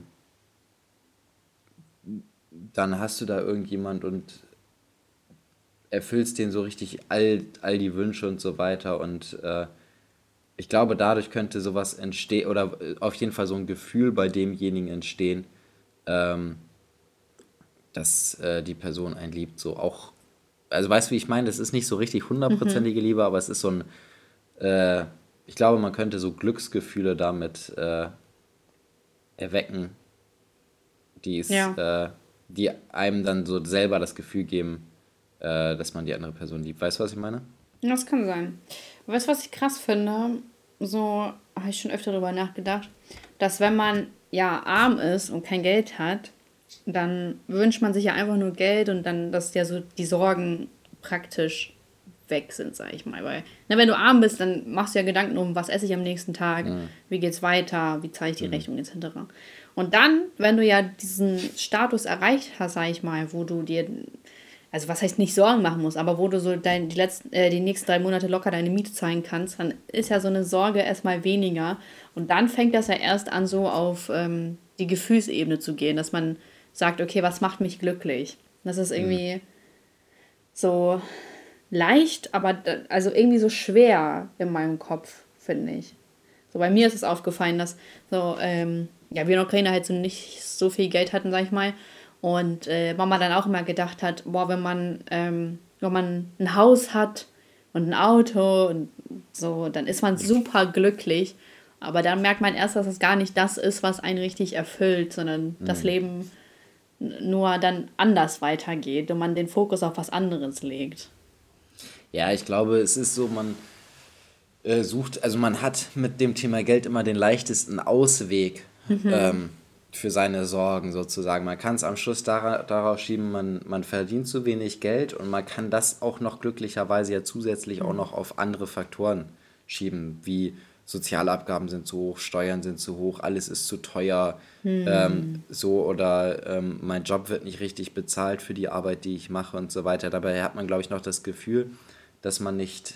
dann hast du da irgendjemand und erfüllst denen so richtig all die Wünsche und so weiter. Und ich glaube, dadurch könnte sowas entstehen, oder auf jeden Fall so ein Gefühl bei demjenigen entstehen, dass die Person einen liebt. So auch, also weißt du, wie ich meine? Das ist nicht so richtig hundertprozentige Liebe, aber es ist so ein, ich glaube, man könnte so Glücksgefühle damit erwecken, die einem dann so selber das Gefühl geben, dass man die andere Person liebt. Weißt du, was ich meine? Das kann sein. Weißt du, was ich krass finde? So habe ich schon öfter darüber nachgedacht, dass wenn man ja arm ist und kein Geld hat, dann wünscht man sich ja einfach nur Geld und dann, dass ja so die Sorgen praktisch weg sind, sag ich mal. Weil, wenn du arm bist, dann machst du ja Gedanken um, was esse ich am nächsten Tag, wie geht's weiter, wie zahle ich die Rechnung etc. Und dann, wenn du ja diesen Status erreicht hast, sag ich mal, wo du dir, also was heißt nicht Sorgen machen musst, aber wo du so die nächsten 3 Monate locker deine Miete zahlen kannst, dann ist ja so eine Sorge erstmal weniger. Und dann fängt das ja erst an, so auf die Gefühlsebene zu gehen, dass man sagt, okay, was macht mich glücklich? Das ist irgendwie so, leicht, aber also irgendwie so schwer in meinem Kopf, finde ich. So bei mir ist es aufgefallen, dass so, ja, wir in der Ukraine halt so nicht so viel Geld hatten, sag ich mal. Und Mama dann auch immer gedacht hat, boah, wenn man ein Haus hat und ein Auto und so, dann ist man super glücklich. Aber dann merkt man erst, dass es gar nicht das ist, was einen richtig erfüllt, sondern das Leben nur dann anders weitergeht und man den Fokus auf was anderes legt. Ja, ich glaube, es ist so, man sucht, also man hat mit dem Thema Geld immer den leichtesten Ausweg für seine Sorgen sozusagen. Man kann es am Schluss darauf schieben, man verdient zu wenig Geld und man kann das auch noch glücklicherweise ja zusätzlich auch noch auf andere Faktoren schieben, wie Sozialabgaben sind zu hoch, Steuern sind zu hoch, alles ist zu teuer, so oder mein Job wird nicht richtig bezahlt für die Arbeit, die ich mache und so weiter. Dabei hat man, glaube ich, noch das Gefühl, dass man nicht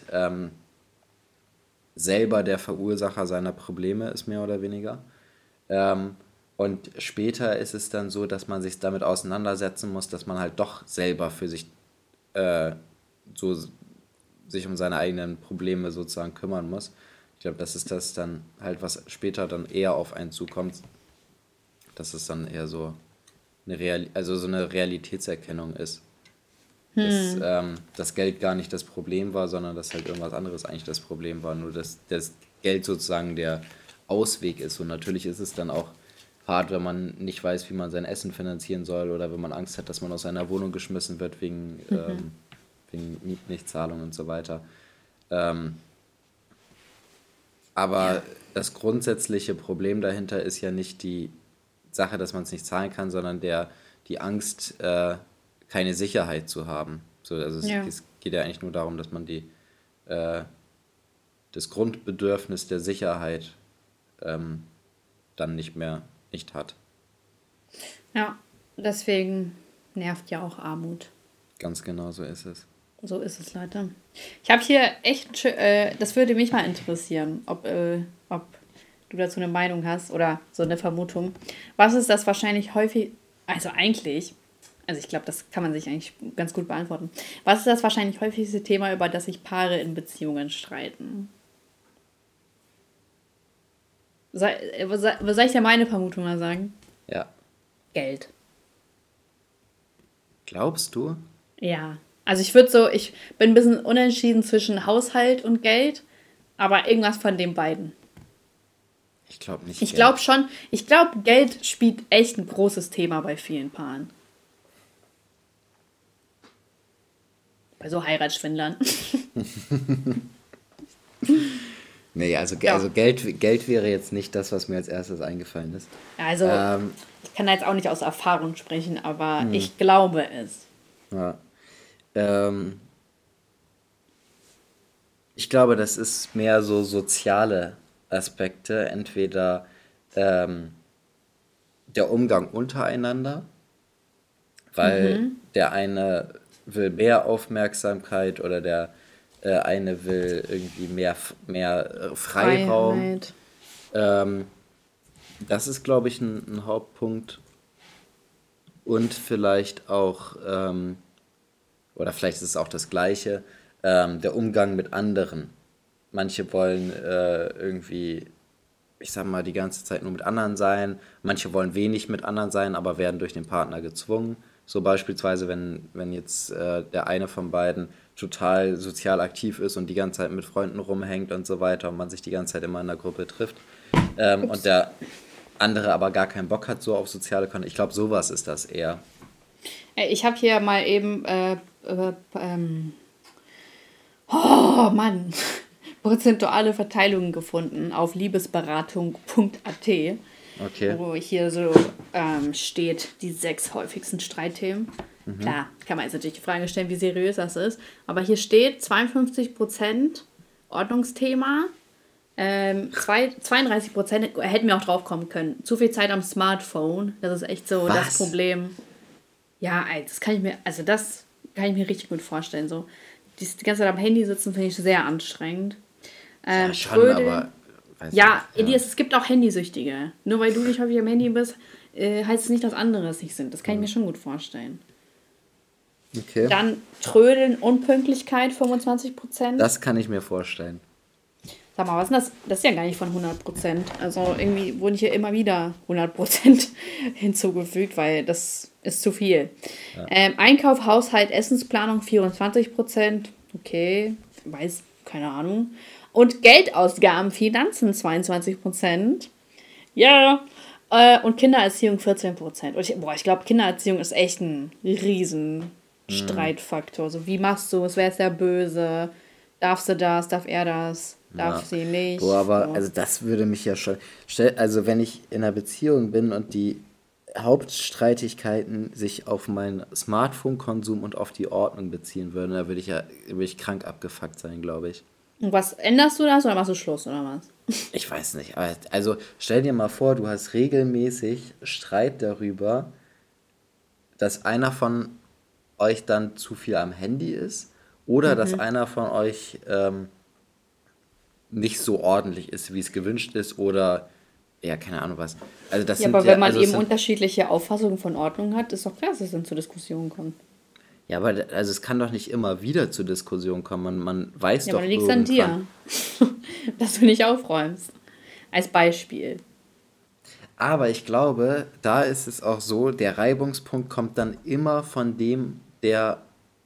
selber der Verursacher seiner Probleme ist, mehr oder weniger. Und später ist es dann so, dass man sich damit auseinandersetzen muss, dass man halt doch selber für sich so sich um seine eigenen Probleme sozusagen kümmern muss. Ich glaube, das ist das dann halt, was später dann eher auf einen zukommt, dass es dann eher so so eine Realitätserkennung ist. Dass das Geld gar nicht das Problem war, sondern dass halt irgendwas anderes eigentlich das Problem war. Nur dass das Geld sozusagen der Ausweg ist. Und natürlich ist es dann auch hart, wenn man nicht weiß, wie man sein Essen finanzieren soll oder wenn man Angst hat, dass man aus seiner Wohnung geschmissen wird wegen Mietnichtzahlung und so weiter. Aber das grundsätzliche Problem dahinter ist ja nicht die Sache, dass man es nicht zahlen kann, sondern die Angst, keine Sicherheit zu haben. So, also es geht ja eigentlich nur darum, dass man das Grundbedürfnis der Sicherheit dann nicht hat. Ja, deswegen nervt ja auch Armut. Ganz genau, so ist es. So ist es, Leute. Ich habe hier echt, das würde mich mal interessieren, ob du dazu eine Meinung hast oder so eine Vermutung. Was ist das wahrscheinlich häufig, also ich glaube, das kann man sich eigentlich ganz gut beantworten. Was ist das wahrscheinlich häufigste Thema, über das sich Paare in Beziehungen streiten? Soll ich dir meine Vermutung mal sagen? Ja. Geld. Glaubst du? Ja. Also ich bin ein bisschen unentschieden zwischen Haushalt und Geld, aber irgendwas von den beiden. Ich glaube nicht. Ich glaube, Geld spielt echt ein großes Thema bei vielen Paaren. Bei so Heiratsschwindlern. Nee, also Geld wäre jetzt nicht das, was mir als erstes eingefallen ist. Also, ich kann da jetzt auch nicht aus Erfahrung sprechen, aber ich glaube es. Ja. Ich glaube, das ist mehr so soziale Aspekte. Entweder der Umgang untereinander, weil der eine will mehr Aufmerksamkeit oder der eine will irgendwie mehr Freiraum. Das ist, glaube ich, ein Hauptpunkt. Und vielleicht auch, oder vielleicht ist es auch das Gleiche, der Umgang mit anderen. Manche wollen irgendwie, ich sag mal, die ganze Zeit nur mit anderen sein. Manche wollen wenig mit anderen sein, aber werden durch den Partner gezwungen. So beispielsweise, wenn jetzt der eine von beiden total sozial aktiv ist und die ganze Zeit mit Freunden rumhängt und so weiter und man sich die ganze Zeit immer in der Gruppe trifft und der andere aber gar keinen Bock hat so auf soziale Kontakte. Ich glaube, sowas ist das eher. Ich habe hier mal eben oh Mann, prozentuale Verteilungen gefunden auf liebesberatung.at. Okay. Wo hier so steht, die 6 häufigsten Streitthemen. Klar, kann man jetzt natürlich die Frage stellen, wie seriös das ist. Aber hier steht 52% Ordnungsthema, 32% hätten wir auch drauf kommen können. Zu viel Zeit am Smartphone, das ist echt so das Problem. Ja, das kann ich mir richtig gut vorstellen. So. Die ganze Zeit am Handy sitzen, finde ich sehr anstrengend. Ja, schon, aber... Ja, Elias, es gibt auch Handysüchtige. Nur weil du nicht häufig am Handy bist, heißt es nicht, dass andere es nicht sind. Das kann ich mir schon gut vorstellen. Okay. Dann Trödeln, Unpünktlichkeit 25%. Das kann ich mir vorstellen. Sag mal, was ist denn das? Das ist ja gar nicht von 100%. Also irgendwie wurden hier immer wieder 100% hinzugefügt, weil das ist zu viel. Ja. Einkauf, Haushalt, Essensplanung 24%. Okay, weiß, keine Ahnung. Und Geldausgaben, Finanzen 22%. Ja. Und Kindererziehung 14%. Und ich glaube, Kindererziehung ist echt ein riesen Streitfaktor. So, wie machst du es? Wer ist der Böse? Darf sie das? Darf er das? Darf sie nicht? Boah, aber so. also das würde mich ja schon. Also wenn ich in einer Beziehung bin und die Hauptstreitigkeiten sich auf meinen Smartphone-Konsum und auf die Ordnung beziehen würden, da würde ich krank abgefuckt sein, glaube ich. Und was änderst du das oder machst du Schluss oder was? Ich weiß nicht. Also stell dir mal vor, du hast regelmäßig Streit darüber, dass einer von euch dann zu viel am Handy ist oder dass einer von euch nicht so ordentlich ist, wie es gewünscht ist oder ja, keine Ahnung was. Also das Ja, sind aber wenn man also eben unterschiedliche Auffassungen von Ordnung hat, ist doch klar, dass es dann zu Diskussionen kommt. ja, aber also es kann doch nicht immer wieder zur Diskussion kommen. Man weiß Ja, doch aber dann liegt es an irgendwann. dir, dass du nicht aufräumst. Als Beispiel. Aber ich glaube, da ist es auch so, der Reibungspunkt kommt dann immer von dem, der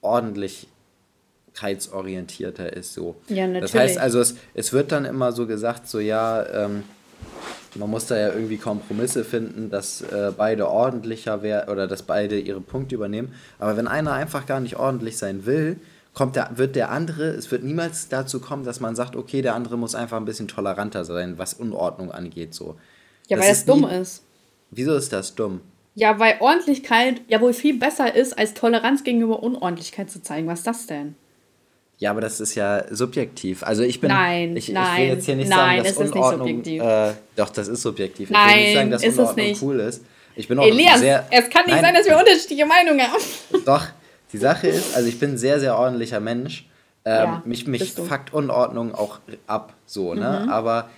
ordentlichkeitsorientierter ist. So. Ja, Das heißt natürlich. also, es wird dann immer so gesagt, so ja, man muss da ja irgendwie Kompromisse finden, dass beide ordentlicher werden oder dass beide ihre Punkte übernehmen. Aber wenn einer einfach gar nicht ordentlich sein will, wird der andere, es wird niemals dazu kommen, dass man sagt, okay, der andere muss einfach ein bisschen toleranter sein, was Unordnung angeht. So. Ja, weil das dumm ist. Wieso ist das dumm? Ja, weil Ordentlichkeit ja wohl viel besser ist, als Toleranz gegenüber Unordentlichkeit zu zeigen. Was ist das denn? Ja, aber das ist ja subjektiv. Also ich will Nein, jetzt nein, hier nicht nein, sagen, dass es ist nicht Unordnung, subjektiv. Doch, das ist subjektiv. Ich will nicht sagen, Nein, dass ist es Unordnung nicht. cool ist. Ich bin auch Elias, sehr, es kann nicht nein, sein, dass wir unterschiedliche Meinungen haben. doch, die Sache ist, also ich bin ein sehr, sehr ordentlicher Mensch. Ja, mich bist du. fuckt Unordnung auch ab, so, ne? Aber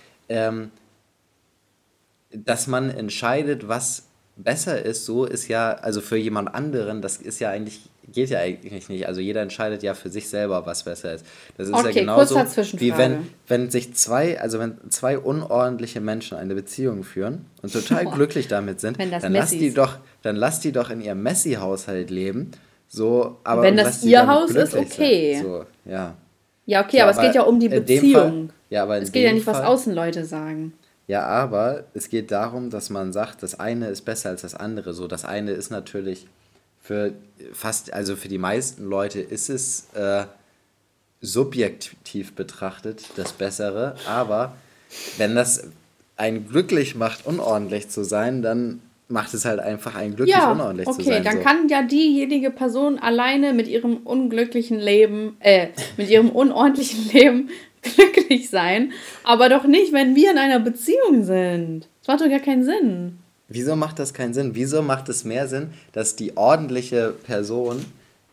dass man entscheidet, was besser ist, so ist ja, also für jemand anderen, das ist ja eigentlich, geht ja eigentlich nicht. Also jeder entscheidet ja für sich selber, was besser ist. Das ist ja Okay, genauso, kurzer Zwischenfrage. wie wenn zwei unordentliche Menschen eine Beziehung führen und total glücklich damit sind, Wenn das dann lass Messi die ist. doch in ihrem Messi-Haushalt leben. So, aber Wenn das lass die ihr damit Haus ist, glücklich okay. sein. So, ja. Ja, okay, So, aber es geht ja um die in dem Beziehung. Fall, ja, aber in Es geht ja dem nicht, was Fall, Außenleute sagen. ja, aber es geht darum, dass man sagt, das eine ist besser als das andere. So, das eine ist natürlich also für die meisten Leute ist es subjektiv betrachtet das Bessere, aber wenn das einen glücklich macht, unordentlich zu sein, dann macht es halt einfach einen glücklich, Ja, unordentlich zu okay, sein. dann So. kann ja diejenige Person alleine mit ihrem unglücklichen Leben, mit ihrem unordentlichen Leben glücklich sein, aber doch nicht, wenn wir in einer Beziehung sind. Das macht doch gar keinen Sinn. Wieso macht das keinen Sinn? Wieso macht es mehr Sinn, dass die ordentliche Person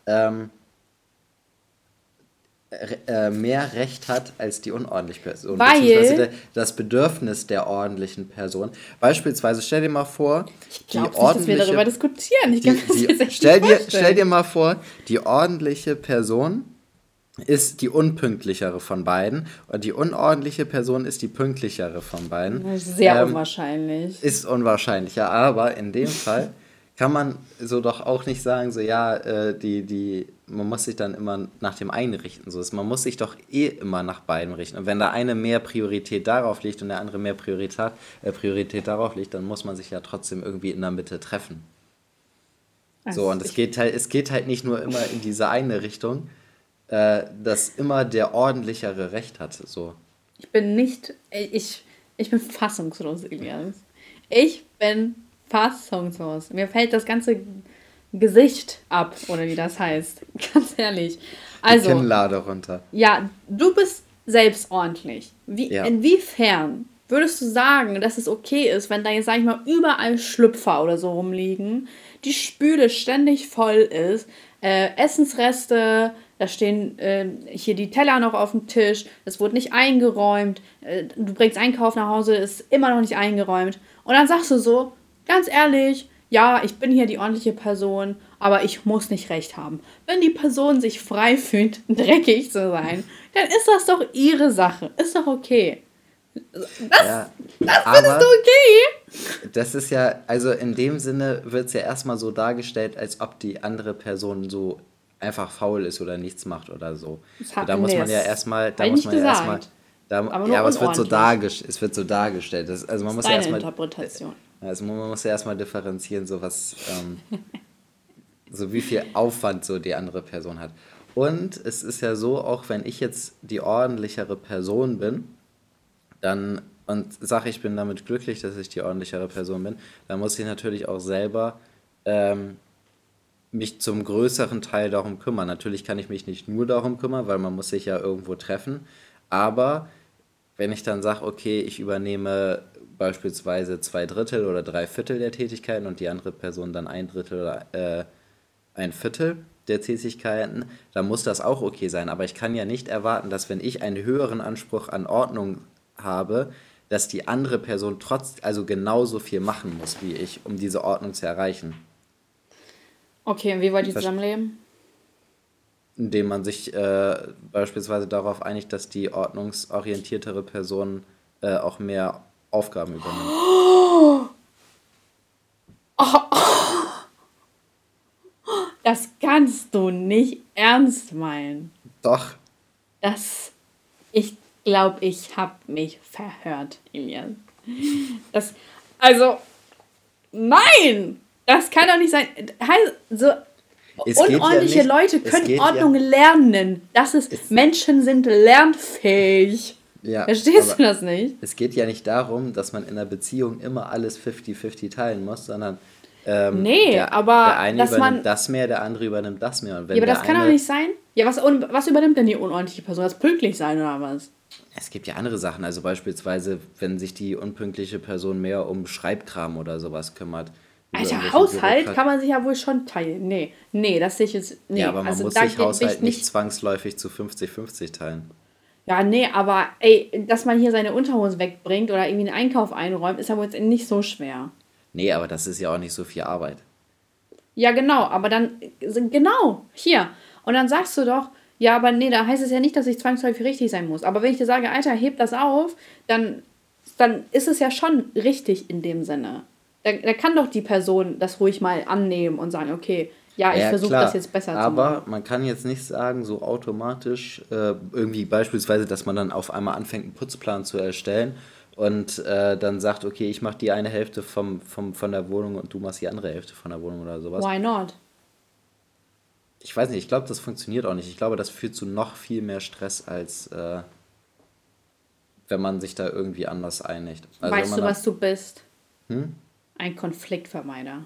mehr Recht hat als die unordentliche Person? Weil- Beziehungsweise das Bedürfnis der ordentlichen Person. Beispielsweise stell dir mal vor, Ich glaube nicht, dass wir darüber diskutieren. Ich kann mir das jetzt echt stell nicht vorstellen. dir mal vor, die ordentliche Person ist die unpünktlichere von beiden und die unordentliche Person ist die pünktlichere von beiden. Das ist sehr unwahrscheinlich. Ist unwahrscheinlich, ja, aber in dem Fall kann man so doch auch nicht sagen, so ja, man muss sich dann immer nach dem einen richten. So, man muss sich doch immer nach beiden richten. Und wenn da eine mehr Priorität darauf liegt und der andere mehr Priorität darauf liegt, dann muss man sich ja trotzdem irgendwie in der Mitte treffen. So, und es geht halt nicht nur immer in diese eine Richtung, dass immer der ordentlichere Recht hat. So. Ich bin fassungslos, Elias. Ich bin fassungslos. Mir fällt das ganze Gesicht ab, oder wie das heißt. Ganz ehrlich. Also, die Kinnlade runter. ja, du bist selbst ordentlich. Ja. Inwiefern würdest du sagen, dass es okay ist, wenn da jetzt, sag ich mal, überall Schlüpfer oder so rumliegen, die Spüle ständig voll ist, Essensreste, da stehen hier die Teller noch auf dem Tisch, es wurde nicht eingeräumt, du bringst Einkauf nach Hause, ist immer noch nicht eingeräumt. Und dann sagst du so, ganz ehrlich, ja, ich bin hier die ordentliche Person, aber ich muss nicht recht haben. Wenn die Person sich frei fühlt, dreckig zu sein, dann ist das doch ihre Sache. Ist doch okay. Ja, Das findest du aber okay? das ist ja, also in dem Sinne wird es ja erstmal so dargestellt, als ob die andere Person so einfach faul ist oder nichts macht oder so. Da muss Nee, man ja das erstmal, habe ich nicht gesagt. Aber ja, nur aber unordentlich. es wird so dargestellt. Also Das man ist muss ja deine erstmal, Interpretation. also man muss ja erstmal differenzieren, so was, so wie viel Aufwand so die andere Person hat. Und es ist ja so, auch wenn ich jetzt die ordentlichere Person bin, dann und sage, ich bin damit glücklich, dass ich die ordentlichere Person bin, dann muss ich natürlich auch selber ähm, mich zum größeren Teil darum kümmern. Natürlich kann ich mich nicht nur darum kümmern, weil man muss sich ja irgendwo treffen, aber wenn ich dann sage, okay, ich übernehme beispielsweise 2 Drittel oder 3 Viertel der Tätigkeiten und die andere Person dann 1 Drittel oder 1 Viertel der Tätigkeiten, dann muss das auch okay sein. Aber ich kann ja nicht erwarten, dass wenn ich einen höheren Anspruch an Ordnung habe, dass die andere Person also genauso viel machen muss wie ich, um diese Ordnung zu erreichen. Okay, und wie wollt ihr Ver- zusammenleben? Indem man sich beispielsweise darauf einigt, dass die ordnungsorientiertere Person auch mehr Aufgaben übernimmt. Das kannst du nicht ernst meinen. Doch, Das, ich glaube, ich habe mich verhört, Emil. Das, also, nein! Das kann doch nicht sein. So, es geht ja unordentliche nicht, Leute es können geht Ordnung ja, lernen. es, Menschen sind lernfähig. ja, Verstehst du aber das nicht? es geht ja nicht darum, dass man in einer Beziehung immer alles 50-50 teilen muss, sondern Nee, der aber eine dass übernimmt man. das mehr, der andere übernimmt das mehr. Und Ja, wenn aber der das kann doch eine, nicht sein. Ja, was übernimmt denn die unordentliche Person? Das pünktlich sein oder was? es gibt ja andere Sachen, also beispielsweise, wenn sich die unpünktliche Person mehr um Schreibkram oder sowas kümmert, über Alter, irgendwelche Haushalt Bürokrat. kann man sich ja wohl schon teilen. Nee, nee, das sehe ich jetzt. Ja, Nee, aber man also muss da sich bin ich Haushalt nicht nicht. zwangsläufig zu 50-50 teilen. Ja, nee, aber ey, dass man hier seine Unterhose wegbringt oder irgendwie einen Einkauf einräumt, ist ja wohl jetzt nicht so schwer. Nee, aber das ist ja auch nicht so viel Arbeit. Ja, genau, aber dann, genau, hier. Und dann sagst du doch, ja, aber nee, da heißt es ja nicht, dass ich zwangsläufig richtig sein muss. Aber wenn ich dir sage, Alter, heb das auf, dann ist es ja schon richtig in dem Sinne. Da kann doch die Person das ruhig mal annehmen und sagen, okay, ja, ich Ja, versuche das klar. jetzt besser zu Aber machen. man kann jetzt nicht sagen, so automatisch, irgendwie beispielsweise, dass man dann auf einmal anfängt, einen Putzplan zu erstellen und dann sagt, okay, ich mache die eine Hälfte von der Wohnung und du machst die andere Hälfte von der Wohnung oder sowas. Why not? Ich weiß nicht, ich glaube, das funktioniert auch nicht. Ich glaube, das führt zu noch viel mehr Stress, als wenn man sich da irgendwie anders einigt. Also wenn Weißt man du, dann, was du bist? hm? Ein Konfliktvermeider.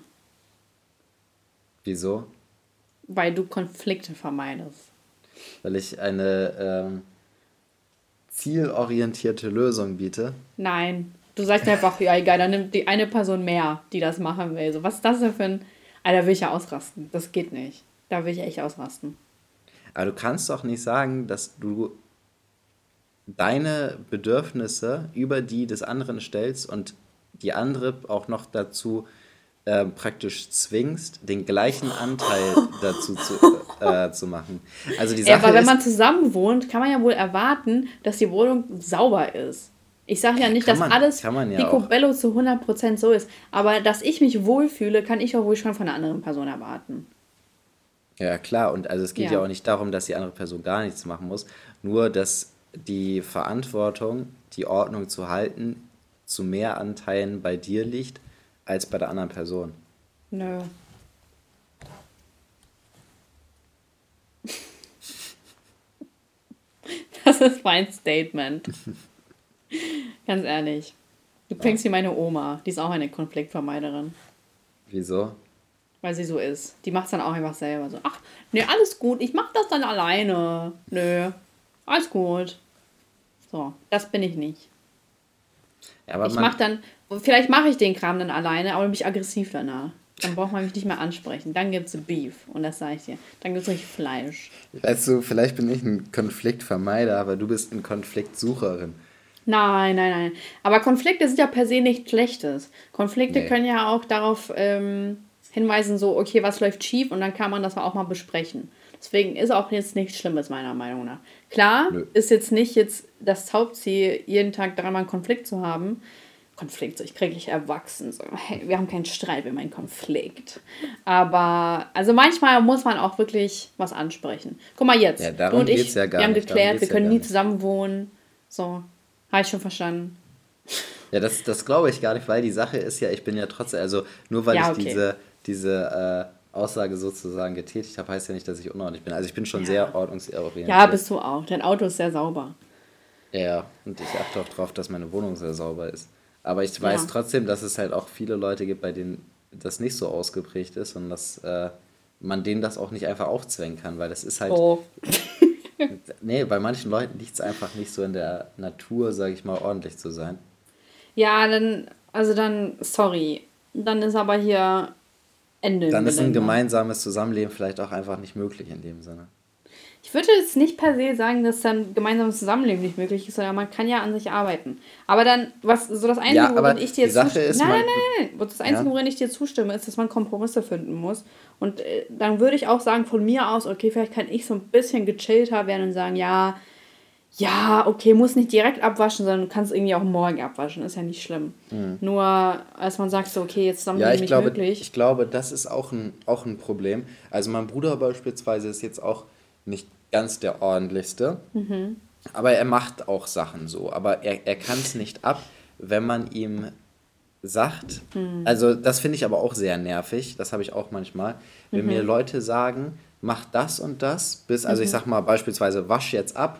Wieso? Weil du Konflikte vermeidest. Weil ich eine zielorientierte Lösung biete. Nein. Du sagst einfach, ja, egal, dann nimmt die eine Person mehr, die das machen will. So, was ist das denn für ein. Alter, will ich ja ausrasten. Das geht nicht. Da will ich echt ausrasten. Aber du kannst doch nicht sagen, dass du deine Bedürfnisse über die des anderen stellst und die andere auch noch dazu praktisch zwingst, den gleichen Anteil dazu zu machen. Also die Ey, Sache aber wenn ist, man zusammen wohnt, kann man ja wohl erwarten, dass die Wohnung sauber ist. Ich sage ja nicht, dass alles kann man ja auch. picobello zu 100% so ist. Aber dass ich mich wohlfühle, kann ich auch wohl schon von einer anderen Person erwarten. Ja, klar, und also es geht ja Ja. auch nicht darum, dass die andere Person gar nichts machen muss, nur dass die Verantwortung, die Ordnung zu halten, zu mehr Anteilen bei dir liegt als bei der anderen Person. Nö. Das ist mein Statement. Ganz ehrlich. Du klingst wie meine Oma. Die ist auch eine Konfliktvermeiderin. Wieso? Weil sie so ist. Die macht es dann auch einfach selber. So, ach, nee, alles gut. Ich mach das dann alleine. Nö, alles gut. So, das bin ich nicht. Ja, aber Ich mach dann, vielleicht mache ich den Kram dann alleine, aber bin ich aggressiv danach. Dann braucht man mich nicht mehr ansprechen. Dann gibt's Beef. Und das sage ich dir. Dann gibt's richtig Fleisch. weißt du, vielleicht bin ich ein Konfliktvermeider, aber du bist eine Konfliktsucherin. Nein, nein, nein. Aber Konflikte sind ja per se nichts Schlechtes. Konflikte Nee. können ja auch darauf hinweisen, so, okay, was läuft schief und dann kann man das auch mal besprechen. Deswegen ist auch jetzt nichts Schlimmes, meiner Meinung nach. Klar, Nö. ist jetzt nicht jetzt das Hauptziel, jeden Tag dreimal einen Konflikt zu haben. Konflikt, so ich kriege nicht erwachsen. So, hey, wir haben keinen Streit, wir haben einen Konflikt. Aber, also manchmal muss man auch wirklich was ansprechen. Guck mal jetzt, Ja, du darum und ich, geht's ja gar wir haben nicht. Darum geklärt, wir geht's ja können gar nie nicht. zusammen wohnen. So, habe ich schon verstanden. Ja, das glaube ich gar nicht, weil die Sache ist ja, ich bin ja trotzdem, also nur weil ich Ja, okay. diese Aussage sozusagen getätigt habe, heißt ja nicht, dass ich unordentlich bin. Also ich bin schon Ja. sehr Ja, ordnungsorientiert. bist du auch. Dein Auto ist sehr sauber. Ja, und ich achte auch drauf, dass meine Wohnung sehr sauber ist. Aber ich weiß Ja. trotzdem, dass es halt auch viele Leute gibt, bei denen das nicht so ausgeprägt ist und dass man denen das auch nicht einfach aufzwängen kann, weil das ist halt, Oh. nee, bei manchen Leuten liegt es einfach nicht so in der Natur, sage ich mal, ordentlich zu sein. Ja, dann, sorry. Dann ist aber hier Ende im Dann ist ein Gelände. gemeinsames Zusammenleben vielleicht auch einfach nicht möglich in dem Sinne. Ich würde jetzt nicht per se sagen, dass dann gemeinsames Zusammenleben nicht möglich ist, sondern man kann ja an sich arbeiten. Aber dann, was so das Einzige, Ja, worin aber ich dir die jetzt Sache zustimme, ist, nein, nein, man, nein, nein, das Einzige, ja, worin ich dir zustimme, ist, dass man Kompromisse finden muss. Und dann würde ich auch sagen, von mir aus, okay, vielleicht kann ich so ein bisschen gechillter werden und sagen, ja, ja, okay, muss nicht direkt abwaschen, sondern du kannst irgendwie auch morgen abwaschen, ist ja nicht schlimm. Nur, als man sagt so, okay, jetzt ja, Zusammenleben nicht möglich. ich glaube, das ist auch ein Problem. Also mein Bruder beispielsweise ist jetzt auch nicht ganz der ordentlichste, aber er macht auch Sachen so. Aber er kann es nicht ab, wenn man ihm sagt, also das finde ich aber auch sehr nervig, das habe ich auch manchmal, wenn mir Leute sagen, mach das und das, bis, also ich sag mal beispielsweise, wasch jetzt ab,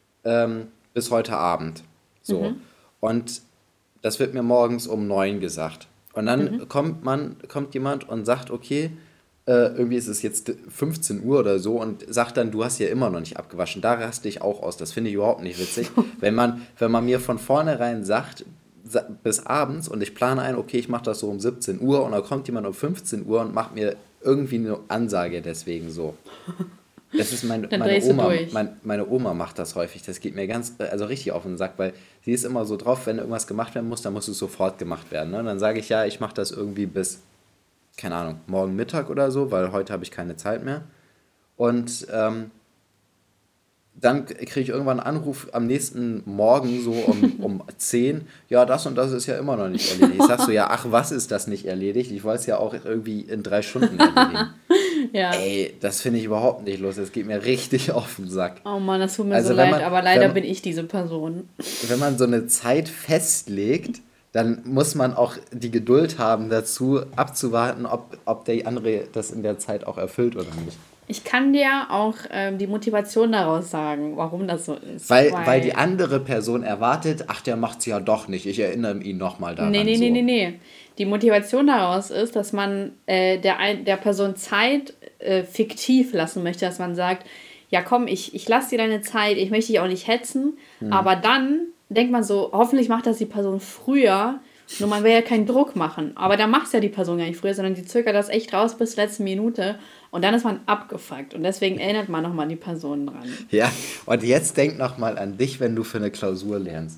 bis heute Abend. So. Und das wird mir morgens um 9 gesagt. Und dann kommt jemand und sagt, okay, irgendwie ist es jetzt 15 Uhr oder so und sagt dann, du hast ja immer noch nicht abgewaschen. Da raste ich auch aus. Das finde ich überhaupt nicht witzig. Wenn man mir von vornherein sagt, bis abends und ich plane ein, okay, ich mache das so um 17 Uhr und dann kommt jemand um 15 Uhr und macht mir irgendwie eine Ansage deswegen so. Das ist Dann drehst du durch. Meine Oma macht das häufig. Das geht mir ganz, also richtig auf den Sack, weil sie ist immer so drauf, wenn irgendwas gemacht werden muss, dann muss es sofort gemacht werden. Ne? Und dann sage ich, ja, ich mache das irgendwie bis, keine Ahnung, morgen Mittag oder so, weil heute habe ich keine Zeit mehr. Und dann kriege ich irgendwann einen Anruf am nächsten Morgen so um 10. Ja, das und das ist ja immer noch nicht erledigt. Ich sag so, ja, ach, was ist das nicht erledigt? Ich wollte es ja auch irgendwie in 3 Stunden erledigen. Ja. Ey, das finde ich überhaupt nicht los. Das geht mir richtig auf den Sack. Oh Mann, das tut mir Also so wenn leid, man, aber leider bin ich diese Person. wenn man so eine Zeit festlegt, dann muss man auch die Geduld haben, dazu abzuwarten, ob der andere das in der Zeit auch erfüllt oder nicht. Ich kann dir auch die Motivation daraus sagen, warum das so ist. Weil die andere Person erwartet, ach, der macht es ja doch nicht. Ich erinnere ihn nochmal daran. Nee. Die Motivation daraus ist, dass man der Person Zeit fiktiv lassen möchte, dass man sagt, ja komm, ich lasse dir deine Zeit, ich möchte dich auch nicht hetzen, aber dann denkt man so, hoffentlich macht das die Person früher, nur man will ja keinen Druck machen. Aber dann macht es ja die Person gar nicht früher, sondern die zögert das echt raus bis zur letzten Minute und dann ist man abgefuckt und deswegen erinnert man nochmal die Person dran. Ja, und jetzt denk nochmal an dich, wenn du für eine Klausur lernst.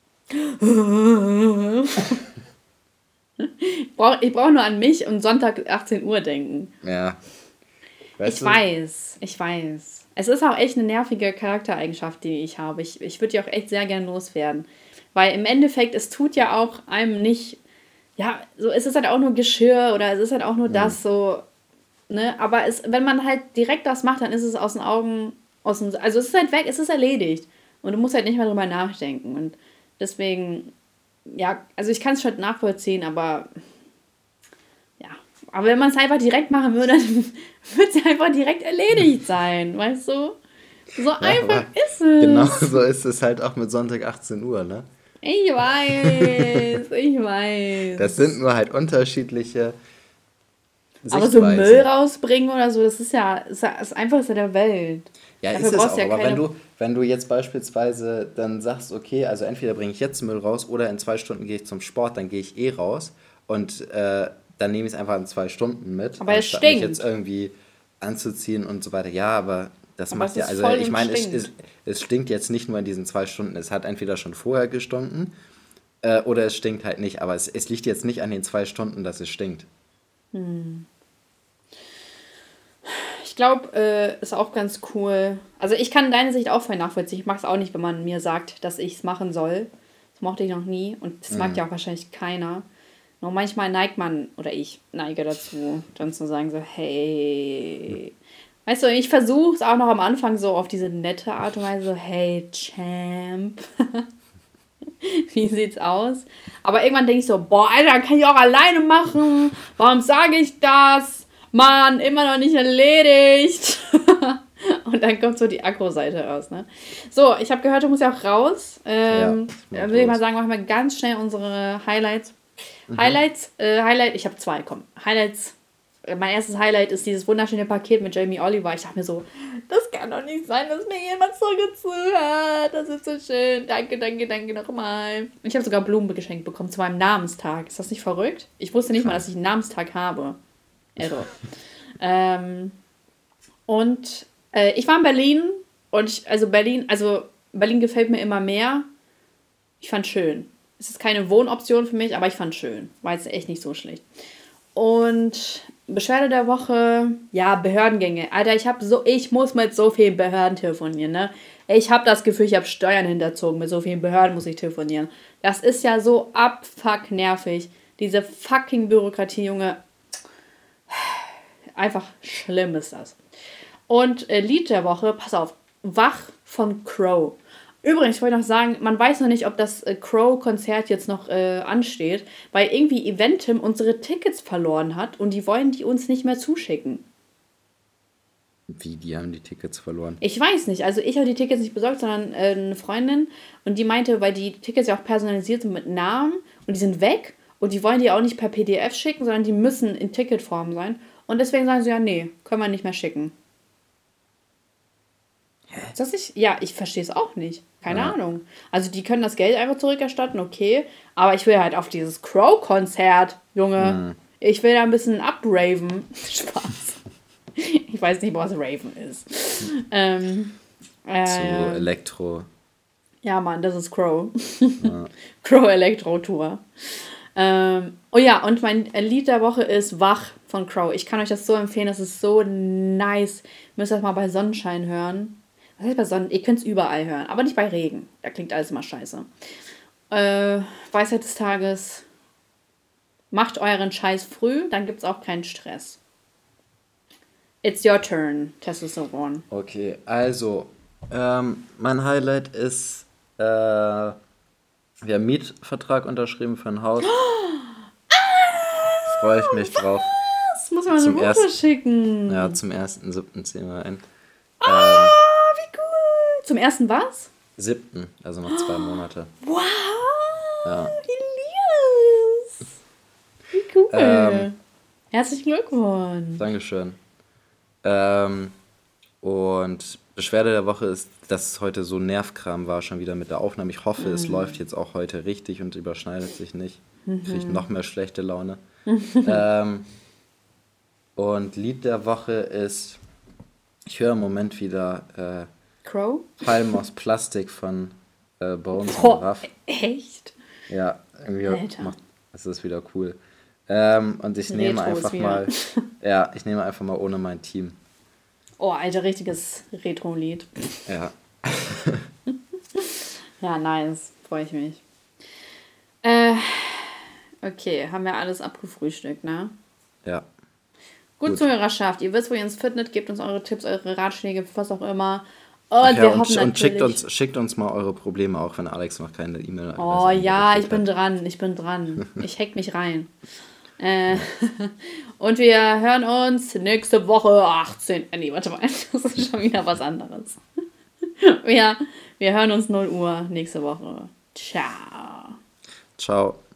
Ich brauch nur an mich und Sonntag 18 Uhr denken. Ja. Weißt Ich weiß. Es ist auch echt eine nervige Charaktereigenschaft, die ich habe. Ich würde die auch echt sehr gern loswerden. Weil im Endeffekt, es tut ja auch einem nicht, ja, so es ist halt auch nur Geschirr oder es ist halt auch nur das so, ne? Aber wenn man halt direkt das macht, dann ist es aus den Augen, also es ist halt weg, es ist erledigt. Und du musst halt nicht mehr drüber nachdenken. Und deswegen, ja, also ich kann es schon nachvollziehen, aber ja. Aber wenn man es einfach direkt machen würde, dann würde es einfach direkt erledigt sein, weißt du? So Ja, einfach aber ist es. genau so ist es halt auch mit Sonntag 18 Uhr, ne? Ich weiß. Das sind nur halt unterschiedliche Aber so Sichtweisen. Müll rausbringen oder so, das ist das Einfachste der Welt. Ja, Dafür ist es brauchst auch. du ja Aber keine. wenn du jetzt beispielsweise dann sagst, okay, also entweder bringe ich jetzt Müll raus oder in 2 Stunden gehe ich zum Sport, dann gehe ich raus und dann nehme ich es einfach in 2 Stunden mit, Aber es anstatt mich stinkt. jetzt irgendwie anzuziehen und so weiter. Ja, aber Das Aber macht es ja, ist also voll ich und meine, stinkt. es stinkt jetzt nicht nur in diesen 2 Stunden, es hat entweder schon vorher gestunken oder es stinkt halt nicht, aber es liegt jetzt nicht an den 2 Stunden, dass es stinkt. Ich glaube, ist auch ganz cool. Also ich kann deine Sicht auch voll nachvollziehen. Ich mag es auch nicht, wenn man mir sagt, dass ich es machen soll. Das mochte ich noch nie und das mag ja auch wahrscheinlich keiner. Nur manchmal neigt man, oder ich neige dazu, dann zu sagen so, hey. Weißt du, ich versuche es auch noch am Anfang so auf diese nette Art und Weise, so, hey, Champ. Wie sieht's aus? Aber irgendwann denke ich so, boah, Alter, kann ich auch alleine machen. Warum sage ich das? Mann, immer noch nicht erledigt. Und dann kommt so die Akro-Seite raus, ne? So, ich habe gehört, du musst ja auch raus. Ja, Dann würde ich mal sagen, machen wir ganz schnell unsere Highlights. Highlight, ich habe 2, komm. Highlights. Mein erstes Highlight ist dieses wunderschöne Paket mit Jamie Oliver. Ich dachte mir so, das kann doch nicht sein, dass mir jemand so zuhört. Das ist so schön. Danke, danke, danke nochmal. Ich habe sogar Blumen geschenkt bekommen zu meinem Namenstag. Ist das nicht verrückt? Ich wusste nicht mal, dass ich einen Namenstag habe. Error. Und ich war in Berlin und Berlin gefällt mir immer mehr. Ich fand schön. Es ist keine Wohnoption für mich, aber ich fand schön. War jetzt echt nicht so schlecht. Und Beschwerde der Woche, ja, Behördengänge. Alter, ich muss mit so vielen Behörden telefonieren, ne? Ich habe das Gefühl, ich habe Steuern hinterzogen. Mit so vielen Behörden muss ich telefonieren. Das ist ja so abfuck nervig. Diese fucking Bürokratie, Junge. Einfach schlimm ist das. Und Lied der Woche, pass auf, Wach von Crow. Übrigens, ich wollte noch sagen, man weiß noch nicht, ob das Crow-Konzert jetzt noch ansteht, weil irgendwie Eventim unsere Tickets verloren hat und die wollen die uns nicht mehr zuschicken. Wie, die haben die Tickets verloren? Ich weiß nicht, also ich habe die Tickets nicht besorgt, sondern eine Freundin und die meinte, weil die Tickets ja auch personalisiert sind mit Namen und die sind weg und die wollen die auch nicht per PDF schicken, sondern die müssen in Ticketform sein und deswegen sagen sie ja, nee, können wir nicht mehr schicken. Ist das nicht? Ja, ich verstehe es auch nicht. Keine Ahnung. Also die können das Geld einfach zurückerstatten, okay. Aber ich will halt auf dieses Crow-Konzert, Junge. Ich will da ein bisschen abraven. Spaß. Ich weiß nicht, was Raven ist. Zu Elektro. Ja, Mann, das ist Crow. Crow Elektro Tour. Oh ja, und mein Lied der Woche ist Wach von Crow. Ich kann euch das so empfehlen, das ist so nice. Ihr müsst das mal bei Sonnenschein hören. Was heißt bei Sonnen? Ihr könnt es überall hören, aber nicht bei Regen. Da klingt alles immer scheiße. Weisheit des Tages. Macht euren Scheiß früh, dann gibt es auch keinen Stress. It's your turn, Testosteron. Okay, also, mein Highlight ist, wir haben einen Mietvertrag unterschrieben für ein Haus. Freue ich mich drauf. Das muss man eine Mutter schicken. Ja, zum 1.7. ziehen wir ein. Wie cool. Zum 1. was? 7., also noch 2 Monate. Wow. Ja. Elias. Wie cool. Herzlichen Glückwunsch. Dankeschön. Und Beschwerde der Woche ist, dass es heute so Nervkram war, schon wieder mit der Aufnahme. Ich hoffe, es läuft jetzt auch heute richtig und überschneidet sich nicht. Kriege ich noch mehr schlechte Laune. Und Lied der Woche ist, ich höre im Moment wieder Crow? Palm aus Plastik von Bones und Raff. Echt? Ja, irgendwie Alter. das ist wieder cool. Und ich nehme Retro ist einfach wieder. mal, ich nehme einfach mal Ohne mein Team. Oh, Alter, richtiges Retro-Lied. Ja. Ja, nice. Freue ich mich. Okay, haben wir alles abgefrühstückt, ne? Ja. Gut, Zuhörerschaft. Ihr wisst, wo ihr uns findet. Gebt uns eure Tipps, eure Ratschläge, was auch immer. Und wir hoffen natürlich... Und schickt uns mal eure Probleme, auch wenn Alex noch keine E-Mail hat. Oh ja, ich bin dran. Ich hack mich rein. Und wir hören uns nächste Woche 18. Nee, warte mal. Das ist schon wieder was anderes. Wir hören uns 0 Uhr nächste Woche. Ciao. Ciao.